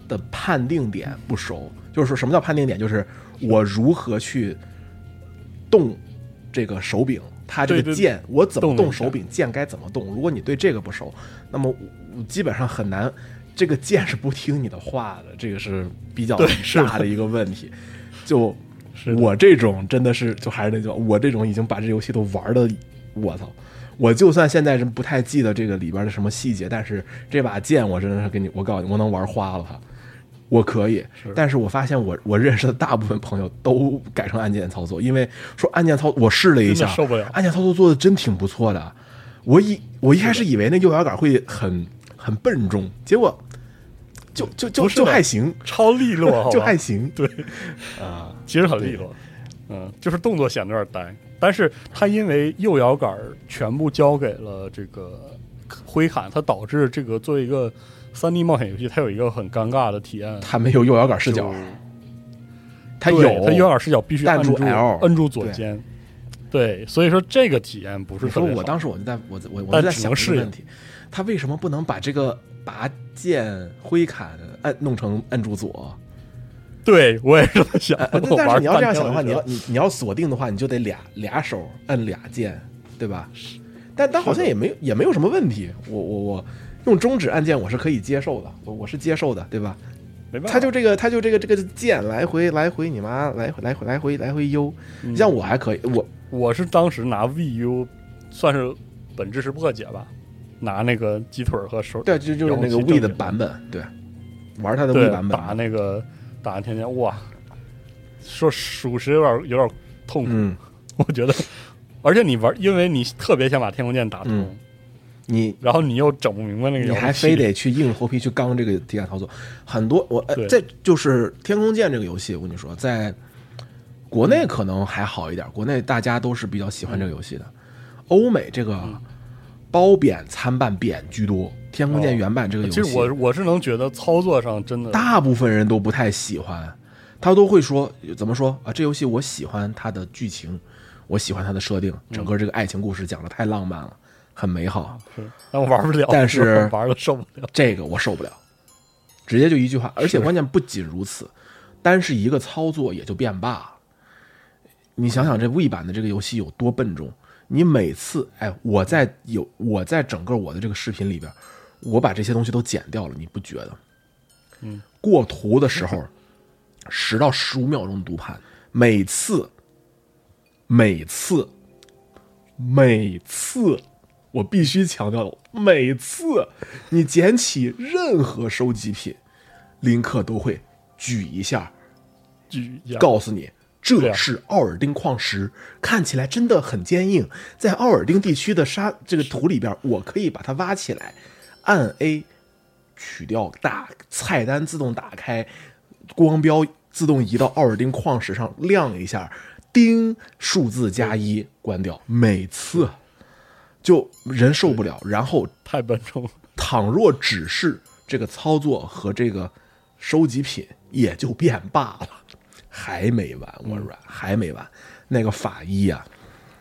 的判定点不熟。就是说什么叫判定点？就是我如何去动这个手柄，它这个键我怎么动手柄，键该怎么动。如果你对这个不熟，那么基本上很难，这个键是不听你的话的，这个是比较大的一个问题。就我这种真的是，就还是那句话，我这种已经把这游戏都玩的，我操！我就算现在是不太记得这个里边的什么细节，但是这把剑我真的是给你，我告诉你，我能玩花了它，我可以。但是我发现我我认识的大部分朋友都改成按键操作，因为说按键操，我试了一下， 受不了， 按键操作做的真挺不错的。我一我一开始以为那右摇杆会很很笨重，结果就就就就还行， 超利落， 就还行。 对啊，其实很利落，嗯，就是动作显得有点呆。但是它因为右摇杆全部交给了这个挥砍，它导致这个作为一个三 D 冒险游戏，它有一个很尴尬的体验。 它没有右摇杆视角，它有， 它右摇杆视角必须按住 L， 摁住左键。对，对，所以说这个体验不是特别好。 你说我当时我就在我我我就在想这个问题，它为什么不能把这个拔剑挥砍按弄成按住左？ 对，我也是这么想、呃。 但是你要这样想的话，你要你你要锁定的话，你就得俩俩手摁俩键，对吧？但但好像也没也没有什么问题。我我我用中指按键我是可以接受的，我我是接受的，对吧？ 没办法， 他就这个他就这个这个键来回来回你妈来回来回来回来回悠， 嗯、 像我还可以，我我是当时拿 V U 算是本质是破解吧，拿那个鸡腿和手， 对，就就是那个 V 的版本，对，玩他的 V 版本打那个。打天天哇，说属实有点有点痛苦、 嗯， 我觉得，而且你玩，因为你特别想把天空剑打通， 嗯、你然后你又整不明白那个， 你还非得去硬着头皮去刚这个体感操作，很多我呃，这就是天空剑这个游戏，我跟你说，在国内可能还好一点，国内大家都是比较喜欢这个游戏的，欧、嗯、美这个褒贬参半，贬居多。天空剑原版这个游戏， 哦、其实我我是能觉得操作上真的， 大部分人都不太喜欢，他都会说怎么说啊？这游戏我喜欢它的剧情，我喜欢它的设定，整个这个爱情故事讲的太浪漫了，很美好。 是，但我玩不了， 但是玩了受不了， 这个我受不了，直接就一句话。而且关键不仅如此，单是一个操作也就变罢了。你想想这 V 版的这个游戏有多笨重，你每次哎，我在有我在整个我的这个视频里边。我把这些东西都剪掉了，你不觉得？ 嗯， 过图的时候，十到十五秒钟读盘，每次，每次，每次，我必须强调，每次你捡起任何收集品，林克都会举一下， 举一下， 告诉你。这是奥尔丁矿石，看起来真的很坚硬，在奥尔丁地区的沙这个土里边，我可以把它挖起来。按 A 取掉大菜单自动打开，光标自动移到奥尔丁矿石上亮一下，叮，数字加一关掉，每次就人受不了。然后太笨重了， 倘若只是这个操作和这个收集品也就变罢了，还没完，我软、嗯、还没完。那个法医啊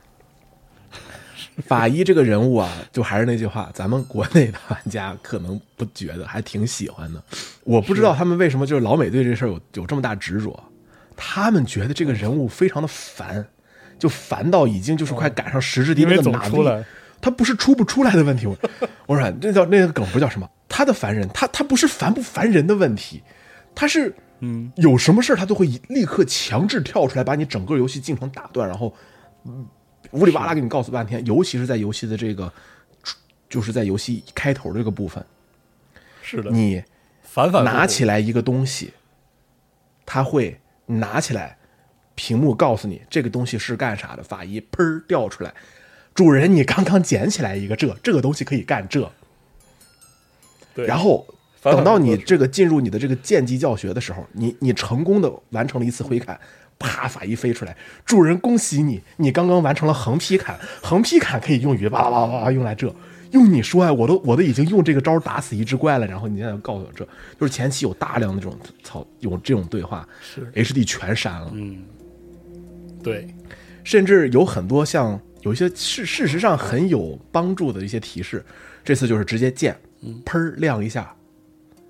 法医这个人物啊，就还是那句话，咱们国内的玩家可能不觉得，还挺喜欢的。我不知道他们为什么就是老美对这事儿有有这么大执着，他们觉得这个人物非常的烦，就烦到已经就是快赶上石质地那个马力。他不是出不出来的问题，我我说那叫那个梗不叫什么？他的烦人，他他不是烦不烦人的问题，他是嗯有什么事他都会立刻强制跳出来，把你整个游戏进程打断，然后嗯。乌里哇啦给你告诉半天，尤其是在游戏的这个，就是在游戏开头这个部分， 是的， 你反反拿起来一个东西，他会拿起来，屏幕告诉你这个东西是干啥的，法医砰掉出来，主人你刚刚捡起来一个这这个东西可以干这， 对， 然后等到你这个进入你的这个剑技教学的时候，你你成功的完成了一次挥砍。啪！法医飞出来，主人恭喜你，你刚刚完成了横劈砍。横劈砍可以用于哇哇哇用来这，用你说啊，我都我都已经用这个招打死一只怪了，然后你现在告诉我这，就是前期有大量的这种操有这种对话， 是 H D 全删了， 嗯，对， 甚至有很多像有一些事事实上很有帮助的一些提示，这次就是直接键砰亮一下，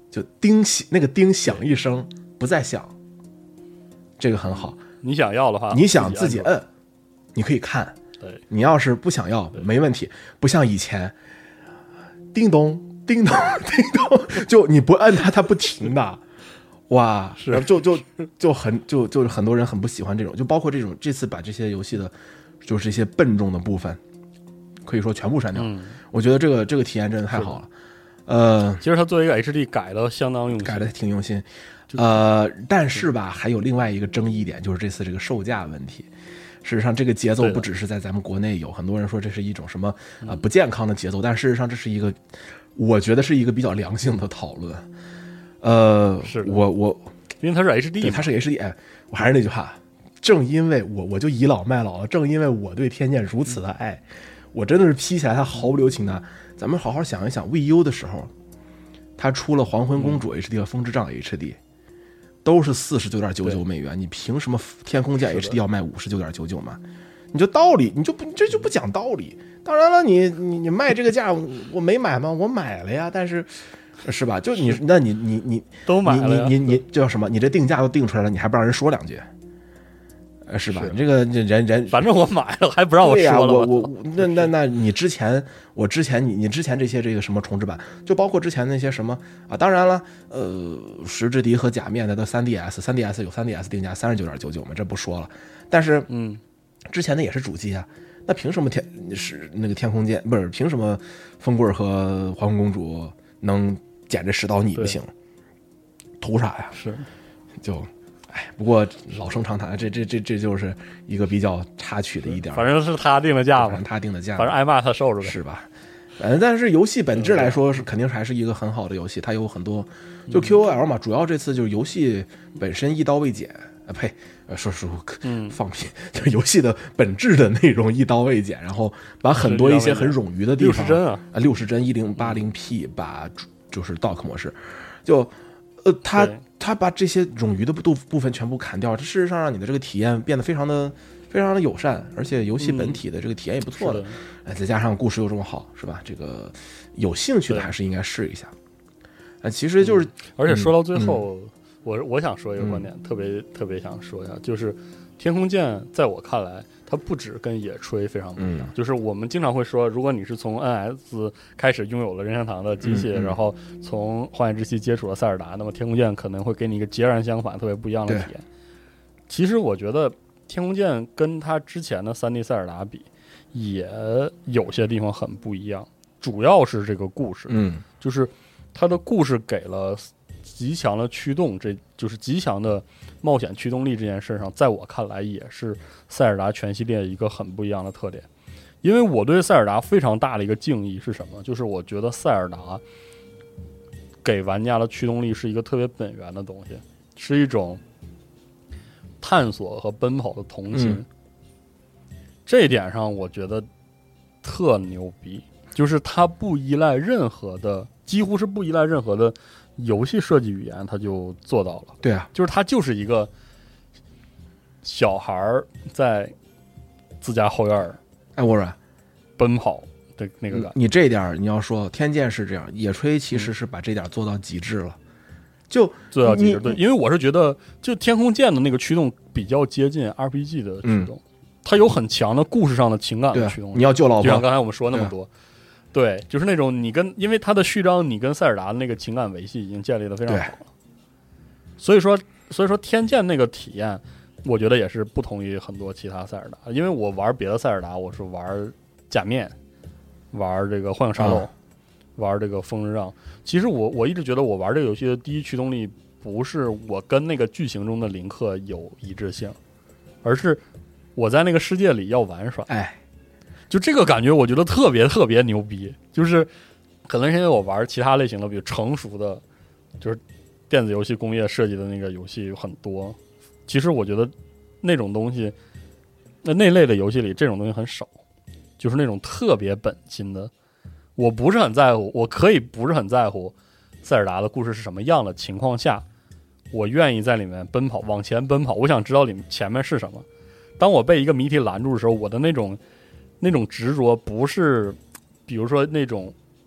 就叮响那个叮响一声不再响，这个很好。 你想要的话， 你想自己摁，你可以看。 对， 你要是不想要没问题，不像以前，叮咚叮咚叮咚，就你不摁它，它不停的。哇， 是就就就很就就是很多人很不喜欢这种，就包括这种这次把这些游戏的，就是这些笨重的部分，可以说全部删掉。 嗯、 我觉得这个这个体验真的太好了。呃， 其实它作为一个 H D 改的相当用心， 改的挺用心。呃，但是吧，还有另外一个争议点，就是这次这个售价问题。事实上，这个节奏不只是在咱们国内有，很多人说这是一种什么啊、呃、不健康的节奏，但事实上这是一个，我觉得是一个比较良性的讨论。呃， 是我我因为它是 H D， 它是 H D， 哎，我还是那句话，正因为我我就倚老卖老了，正因为我对天剑如此的爱，我真的是劈起来它毫不留情的。咱们好好想一想 ，V U 的时候，它出了黄昏公主 H D 和风之杖 H D。都是四十九点九九美元，你凭什么天空剑 H D 要卖五十九点九九嘛？你就道理，你就不这就不讲道理。当然了，你你你卖这个价，我没买吗？我买了呀，但是是吧？就你那你你你都买了呀， 你你你叫什么？你这定价都定出来了，你还不让人说两句？呃，是吧？ 是你这个人人， 反正我买了，还不让我说了、 啊。我我那那那你之前，我之前你你之前这些这个什么重置版，就包括之前那些什么啊，当然了，呃，石之笛和假面的的 三 D S， 三 D S 有 三 D S 定价三十九点九九嘛，这不说了。但是嗯， 之前的也是主机啊，那凭什么天是那个天空剑不是？凭什么风棍和黄昏公主能捡这十刀你不行？图啥呀？ 是就。哎，不过老生常谈，这这这这就是一个比较插曲的一点。 反正是他定的价嘛， 反正他定的价， 反正挨骂他受着呗， 是吧？反正但是游戏本质来说是肯定还是一个很好的游戏，它有很多就 Q O L 嘛，主要这次就是游戏本身一刀未剪啊，呸，说说嗯放屁，就游戏的本质的内容一刀未剪，然后把很多一些很冗余的地方， 六十帧啊， 六十帧一零八零 P 把就是 dock 模式，就呃它。他把这些冗余的部部分全部砍掉，这事实上让你的这个体验变得非常的非常的友善，而且游戏本体的这个体验也不错的。哎、嗯，再加上故事又这么好，是吧？这个有兴趣的还是应该试一下。呃，其实就是， 嗯、而且说到最后， 嗯、 我我想说一个观点，嗯、特别特别想说一下，就是天空剑在我看来，它不止跟野炊非常不一样， 嗯、 就是我们经常会说，如果你是从 N S 开始拥有了任天堂的机器， 嗯嗯、 然后从荒野之息接触了塞尔达，那么天空剑可能会给你一个截然相反、特别不一样的体验。其实我觉得天空剑跟它之前的 三 D 塞尔达比，也有些地方很不一样，主要是这个故事， 嗯， 就是它的故事给了极强的驱动，这就是极强的冒险驱动力这件事上，在我看来也是塞尔达全系列一个很不一样的特点。因为我对塞尔达非常大的一个敬意是什么？就是我觉得塞尔达给玩家的驱动力是一个特别本源的东西，是一种探索和奔跑的童心。 嗯、 这一点上我觉得特牛逼，就是它不依赖任何的，几乎是不依赖任何的游戏设计语言，它就做到了。 对啊， 就是它就是一个小孩在自家后院， 哎，我说奔跑的那个感觉。 你这一点你要说天剑是这样，野炊其实是把这点做到极致了，就做到极致。对，因为我是觉得，就天空剑的那个驱动比较接近 R P G 的驱动，嗯、它有很强的故事上的情感的驱动。 你要救老婆， 就像刚才我们说那么多。对, 对，就是那种你跟，因为它的序章，你跟塞尔达的那个情感维系已经建立的非常好了，所以说，所以说天剑那个体验，我觉得也是不同于很多其他塞尔达。因为我玩别的塞尔达，我是玩假面，玩这个幻影沙漏，嗯、玩这个风之杖。其实我我一直觉得，我玩这个游戏的第一驱动力不是我跟那个剧情中的林克有一致性，而是我在那个世界里要玩耍。 哎。 就这个感觉我觉得特别特别牛逼，就是可能是因为我玩其他类型的比如成熟的就是电子游戏工业设计的那个游戏很多，其实我觉得那种东西那那类的游戏里这种东西很少，就是那种特别本心的，我不是很在乎，我可以不是很在乎塞尔达的故事是什么样的情况下，我愿意在里面奔跑往前奔跑，我想知道里面前面是什么。当我被一个谜题拦住的时候，我的那种那种执着不是比如说那种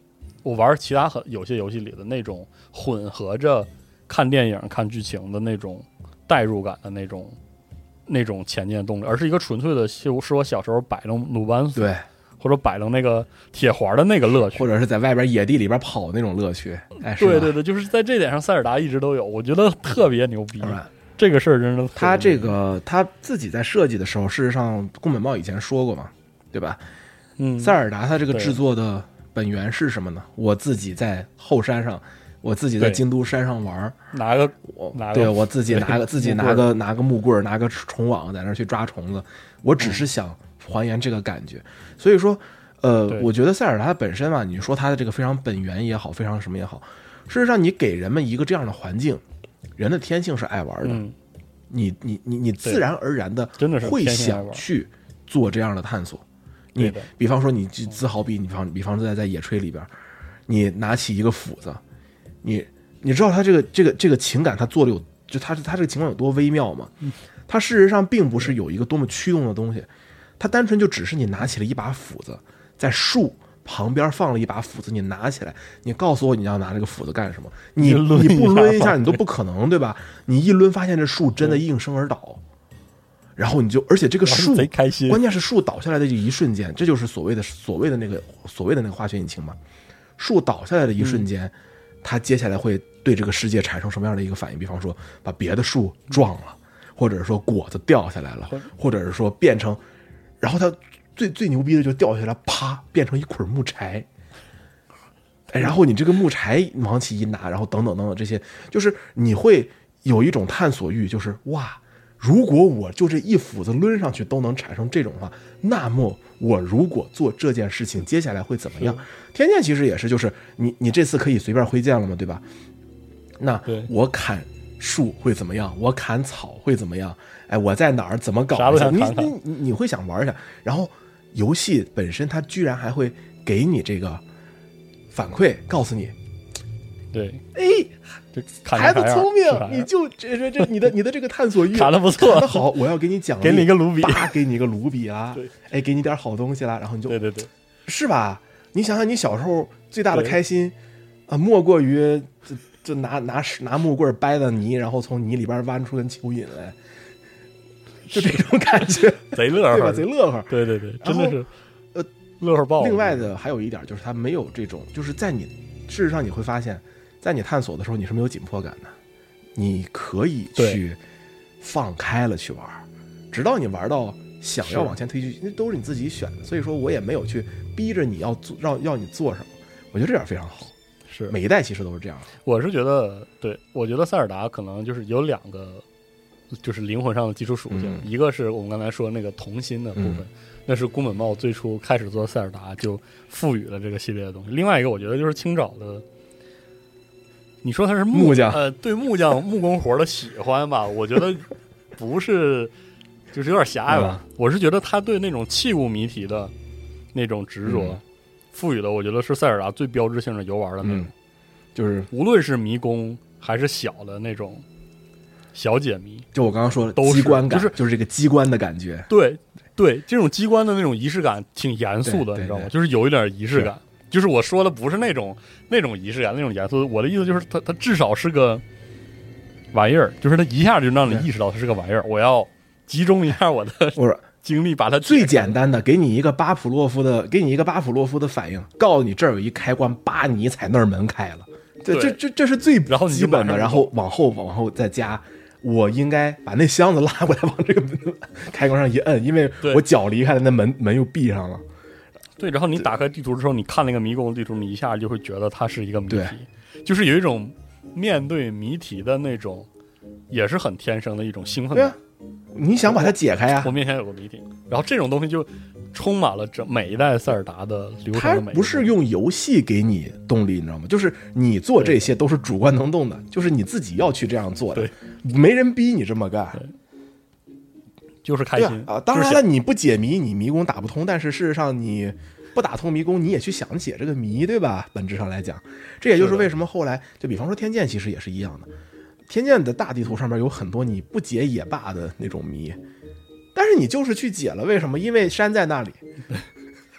我玩其他很有些游戏里的那种混合着看电影看剧情的那种代入感的那种那种前进的动力，而是一个纯粹的是我小时候摆弄鲁班锁对， 或者摆弄那个铁环的那个乐趣， 或者是在外边野地里边跑那种乐趣。哎， 对对对，就是在这点上塞尔达一直都有，我觉得特别牛逼。这个事儿真的， 他这个他自己在设计的时候，事实上宫本茂以前说过嘛，对吧？ 嗯， 塞尔达他这个制作的本源是什么呢？我自己在后山上，我自己在京都山上玩， 拿个我拿个对我自己拿个自己拿个拿个木棍，拿个虫网在那去抓虫子，我只是想还原这个感觉。所以说，呃，我觉得塞尔达本身嘛，你说它的这个非常本源也好，非常什么也好，事实上你给人们一个这样的环境。人的天性是爱玩的， 嗯、 你你你你自然而然的真的是会想去做这样的探索。你比方说你自豪比，你比方比方说在在野炊里边，你拿起一个斧子，你你知道他这个这个这个情感他做的有，就他他这个情况有多微妙吗？他事实上并不是有一个多么驱动的东西，他单纯就只是你拿起了一把斧子，在树旁边放了一把斧子，你拿起来，你告诉我你要拿这个斧子干什么？你你不抡一下你都不可能，对吧？你一抡发现这树真的应声而倒，然后你就，而且这个树贼开心， 关键是树倒下来的这一瞬间，这就是所谓的所谓的那个所谓的那个化学引擎嘛。树倒下来的一瞬间，嗯、它接下来会对这个世界产生什么样的一个反应？比方说把别的树撞了，或者是说果子掉下来了，或者是说变成，然后它。最最牛逼的就掉下来，啪，变成一捆木柴，哎，然后你这个木柴往起一拿，然后等等等等这些，就是你会有一种探索欲，就是哇，如果我就这一斧子抡上去都能产生这种话，那么我如果做这件事情，接下来会怎么样？天剑其实也是，就是你你这次可以随便挥剑了嘛，对吧？那我砍树会怎么样？我砍草会怎么样？哎，我在哪儿怎么搞？你你你你会想玩一下，然后。游戏本身它居然还会给你这个反馈，告诉你， 对， 哎，孩子聪明，你就这这这你的你的这个探索欲卡的不错， 卡的好，我要给你奖励， 给你一个卢比， 叭，给你一个卢比啦，哎，给你点好东西啦，然后你就对对对， 是吧？你想想，你小时候最大的开心啊，莫过于就就拿拿拿木棍掰的泥，然后从泥里边挖出根蚯蚓来。就这种感觉， 贼乐呵， 对吧？贼乐呵， 对对对，真的是，呃，乐呵爆了。 另外的还有一点就是，它没有这种，就是在你事实上你会发现，在你探索的时候，你是没有紧迫感的，你可以去放开了去玩，直到你玩到想要往前推进，那都是你自己选的。所以说我也没有去逼着你要做，让要你做什么。我觉得这点非常好。 是每一代其实都是这样。 我是觉得，对我觉得塞尔达可能就是有两个。就是灵魂上的基础属性、嗯，一个是我们刚才说那个童心的部分，嗯、那是宫本茂最初开始做塞尔达就赋予了这个系列的东西。另外一个，我觉得就是青沼的，你说他是木木匠， 呃，对木匠木工活的喜欢吧？我觉得不是，就是有点狭隘吧。嗯、我是觉得他对那种器物谜题的那种执着，嗯、赋予的，我觉得是塞尔达最标志性的游玩的那种，嗯、 就是无论是迷宫还是小的那种。小解谜， 就我刚刚说的机关感， 就是就是这个机关的感觉。 对对，这种机关的那种仪式感挺严肃的，你知道吗？就是有一点仪式感。就是我说的不是那种那种仪式感，那种严肃。我的意思就是，它它至少是个玩意儿，就是它一下就让你意识到它是个玩意儿。我要集中一下我的精力，把它最简单的给你一个巴甫洛夫的，给你一个巴甫洛夫的反应，告诉你这儿有一开关，叭，你踩那儿门开了。这这这这是最基本的，然后往后往后再加。我应该把那箱子拉过来，往这个门开关上一摁，因为我脚离开了，那门门又闭上了。 对，然后你打开地图之后，你看那个迷宫地图，你一下就会觉得它是一个谜题，就是有一种面对谜题的那种，也是很天生的一种兴奋感。 对啊，你想把它解开啊！ 我面前有个谜题，然后这种东西就充满了这每一代塞尔达的流程的每一。 它不是用游戏给你动力，你知道吗？就是你做这些都是主观能动的，就是你自己要去这样做的，没人逼你这么干， 就是开心啊！当然了，你不解谜，你迷宫打不通，但是事实上你不打通迷宫，你也去想解这个谜，对吧？本质上来讲，这也就是为什么后来就比方说天剑其实也是一样的，天剑的大地图上面有很多你不解也罢的那种谜。但是你就是去解了，为什么？因为山在那里，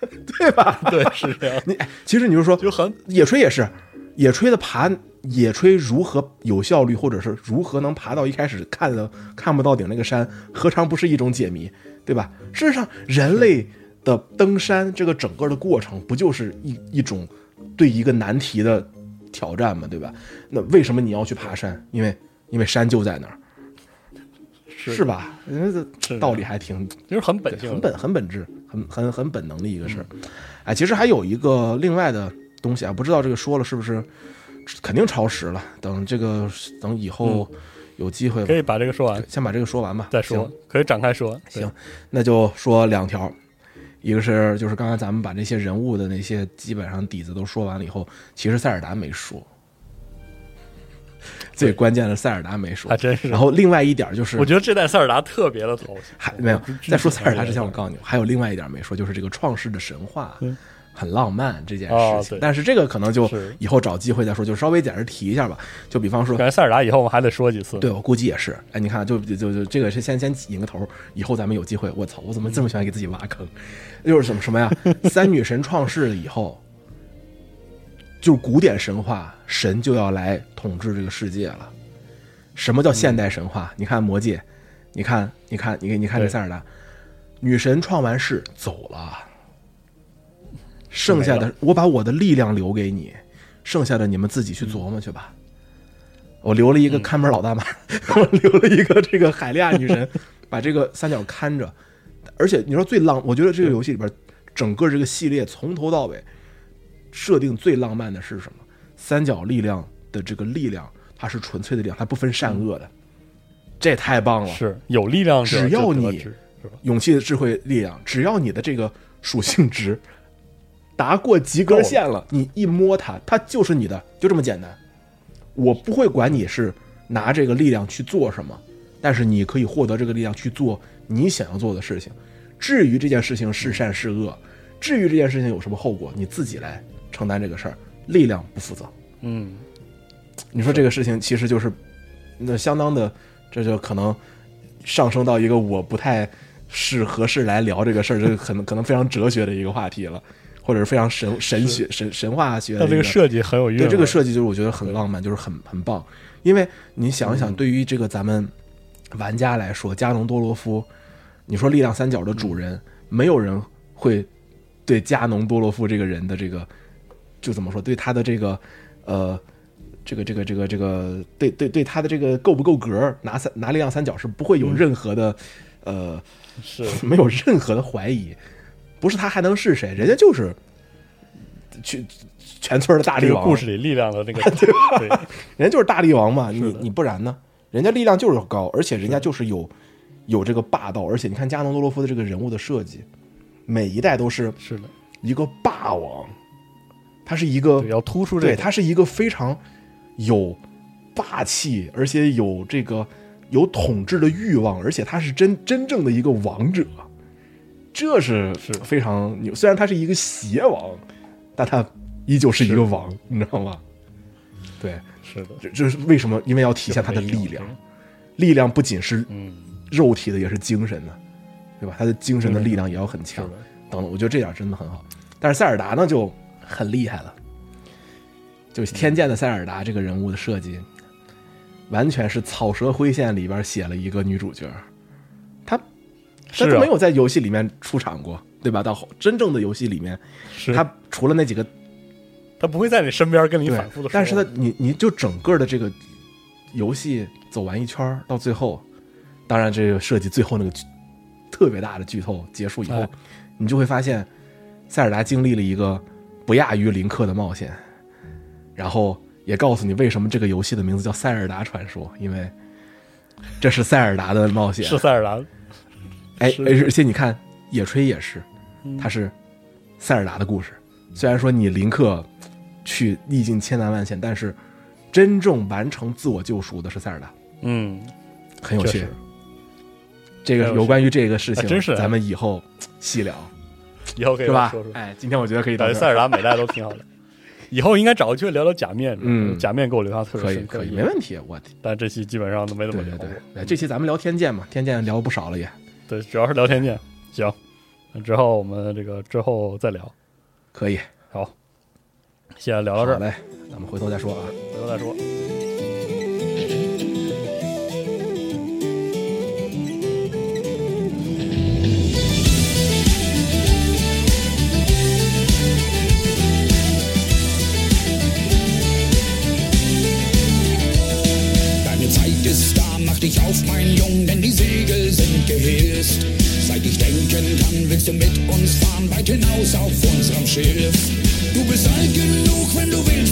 对吧？ 对，是这样。 你其实你就说， 就很野炊也是，野炊的爬，野炊如何有效率，或者是如何能爬到一开始看的看不到顶那个山，何尝不是一种解谜，对吧？事实上，人类的登山这个整个的过程，不就是一一种对一个难题的挑战嘛，对吧？那为什么你要去爬山？因为因为山就在那儿， 是是吧？这道理还挺就是很本性， 很本很本质，很很很本能的一个事儿。嗯、哎，其实还有一个另外的东西啊，不知道这个说了是不是肯定超时了？等这个等以后有机会、嗯、 可以把这个说完， 先把这个说完吧， 再说，可以展开说。 行，那就说两条。一个是就是刚才咱们把这些人物的那些基本上底子都说完了以后，其实塞尔达没说，最关键的塞尔达没说， 还真是。 然后另外一点就是， 我觉得这代塞尔达特别的讨喜。 还没有在说塞尔达之前，我告诉你，还有另外一点没说，就是这个创世的神话。嗯，很浪漫这件事情、哦，但是这个可能就以后找机会再说，就稍微简单提一下吧。就比方说， 感觉塞尔达以后我们还得说几次。 对，我估计也是。哎，你看，就就就就这个是先先引个头，以后咱们有机会，我操，我怎么这么喜欢给自己挖坑？就是什么什么呀？三女神创世了以后，就是古典神话，神就要来统治这个世界了。什么叫现代神话？嗯、你看魔戒，你看，你看，你你看这塞尔达，女神创完世走了。剩下的我把我的力量留给你，剩下的你们自己去琢磨去吧。我留了一个看门老大妈，嗯、我留了一个这个海利亚女神，把这个三角看着。而且你说最浪，我觉得这个游戏里边整个这个系列从头到尾设定最浪漫的是什么？三角力量的这个力量，它是纯粹的力量，它不分善恶的，这也太棒了。 是有力量， 只要你勇气的智慧力量，只要你的这个属性值达过及格线了，你一摸它，它就是你的，就这么简单。我不会管你是拿这个力量去做什么，但是你可以获得这个力量去做你想要做的事情。至于这件事情是善是恶，至于这件事情有什么后果，你自己来承担这个事儿，力量不负责。 嗯， 你说这个事情其实就是那相当的，这就可能上升到一个我不太是合适来聊这个事儿，这个可能可能非常哲学的一个话题了。或者是非常神神学神神话学的， 但这个设计很有用。 对，这个设计就是我觉得很浪漫，就是很很棒。因为你想一想，对于这个咱们玩家来说，加农多罗夫，你说力量三角的主人，没有人会对加农多罗夫这个人的这个，就怎么说，对他的这个呃，这个这个这个这个，对对对他的这个够不够格，拿三拿力量三角是不会有任何的、嗯、呃， 是没有任何的怀疑。不是他还能是谁？人家就是全全村的大力王。 这个故事里力量的那个对吧？对，人家就是大力王嘛。你你不然呢？人家力量就是高，而且人家就是有有这个霸道。而且你看加农多罗夫的这个人物的设计，每一代都是是的一个霸王，他是一个要突出这个， 对，他是一个非常有霸气，而且有这个有统治的欲望，而且他是真真正的一个王者。这是非常牛，虽然他是一个邪王，但他依旧是一个王，你知道吗？对， 是的， 这这是为什么？因为要体现他的力量，力量不仅是肉体的，也是精神的，对吧？他的精神的力量也要很强。等等，我觉得这点真的很好。但是塞尔达呢就很厉害了，就天剑的塞尔达这个人物的设计，完全是草蛇灰线里边写了一个女主角，他。他都没有在游戏里面出场过，对吧？到真正的游戏里面，他除了那几个， 他不会在你身边跟你反复的说。 但是他，你你就整个的这个游戏走完一圈到最后，当然这个设计最后那个特别大的剧透结束以后，哎、你就会发现塞尔达经历了一个不亚于林克的冒险，然后也告诉你为什么这个游戏的名字叫塞尔达传说，因为这是塞尔达的冒险， 是塞尔达。 哎，而且你看野炊也是，他是塞尔达的故事。虽然说你林克去历尽千难万险，但是真正完成自我救赎的是塞尔达。 嗯， 很有趣。这个有关于这个事情， 真是咱们以后细聊， 以后可以是吧说说。 哎，今天我觉得可以到这儿。 塞尔达每代都挺好的。以后应该找个机会聊聊假面， 嗯， 假面给我留下特别深刻， 可以，可以，没问题。我但这期基本上都没怎么聊过。 对对对，这期咱们聊天剑嘛，天剑聊不少了也。 对，主要是聊天剑。行， 那之后我们这个之后再聊。 可以， 好，先聊到这儿， 来，咱们回头再说啊， 回头再说。 Zeit ist da, mach dich auf, mein Jung, denn die Segel sind gehisst. Seit ich denken kann, willst du mit uns fahren, weit hinaus auf unserem Schiff. Du bist alt genug, wenn du willst.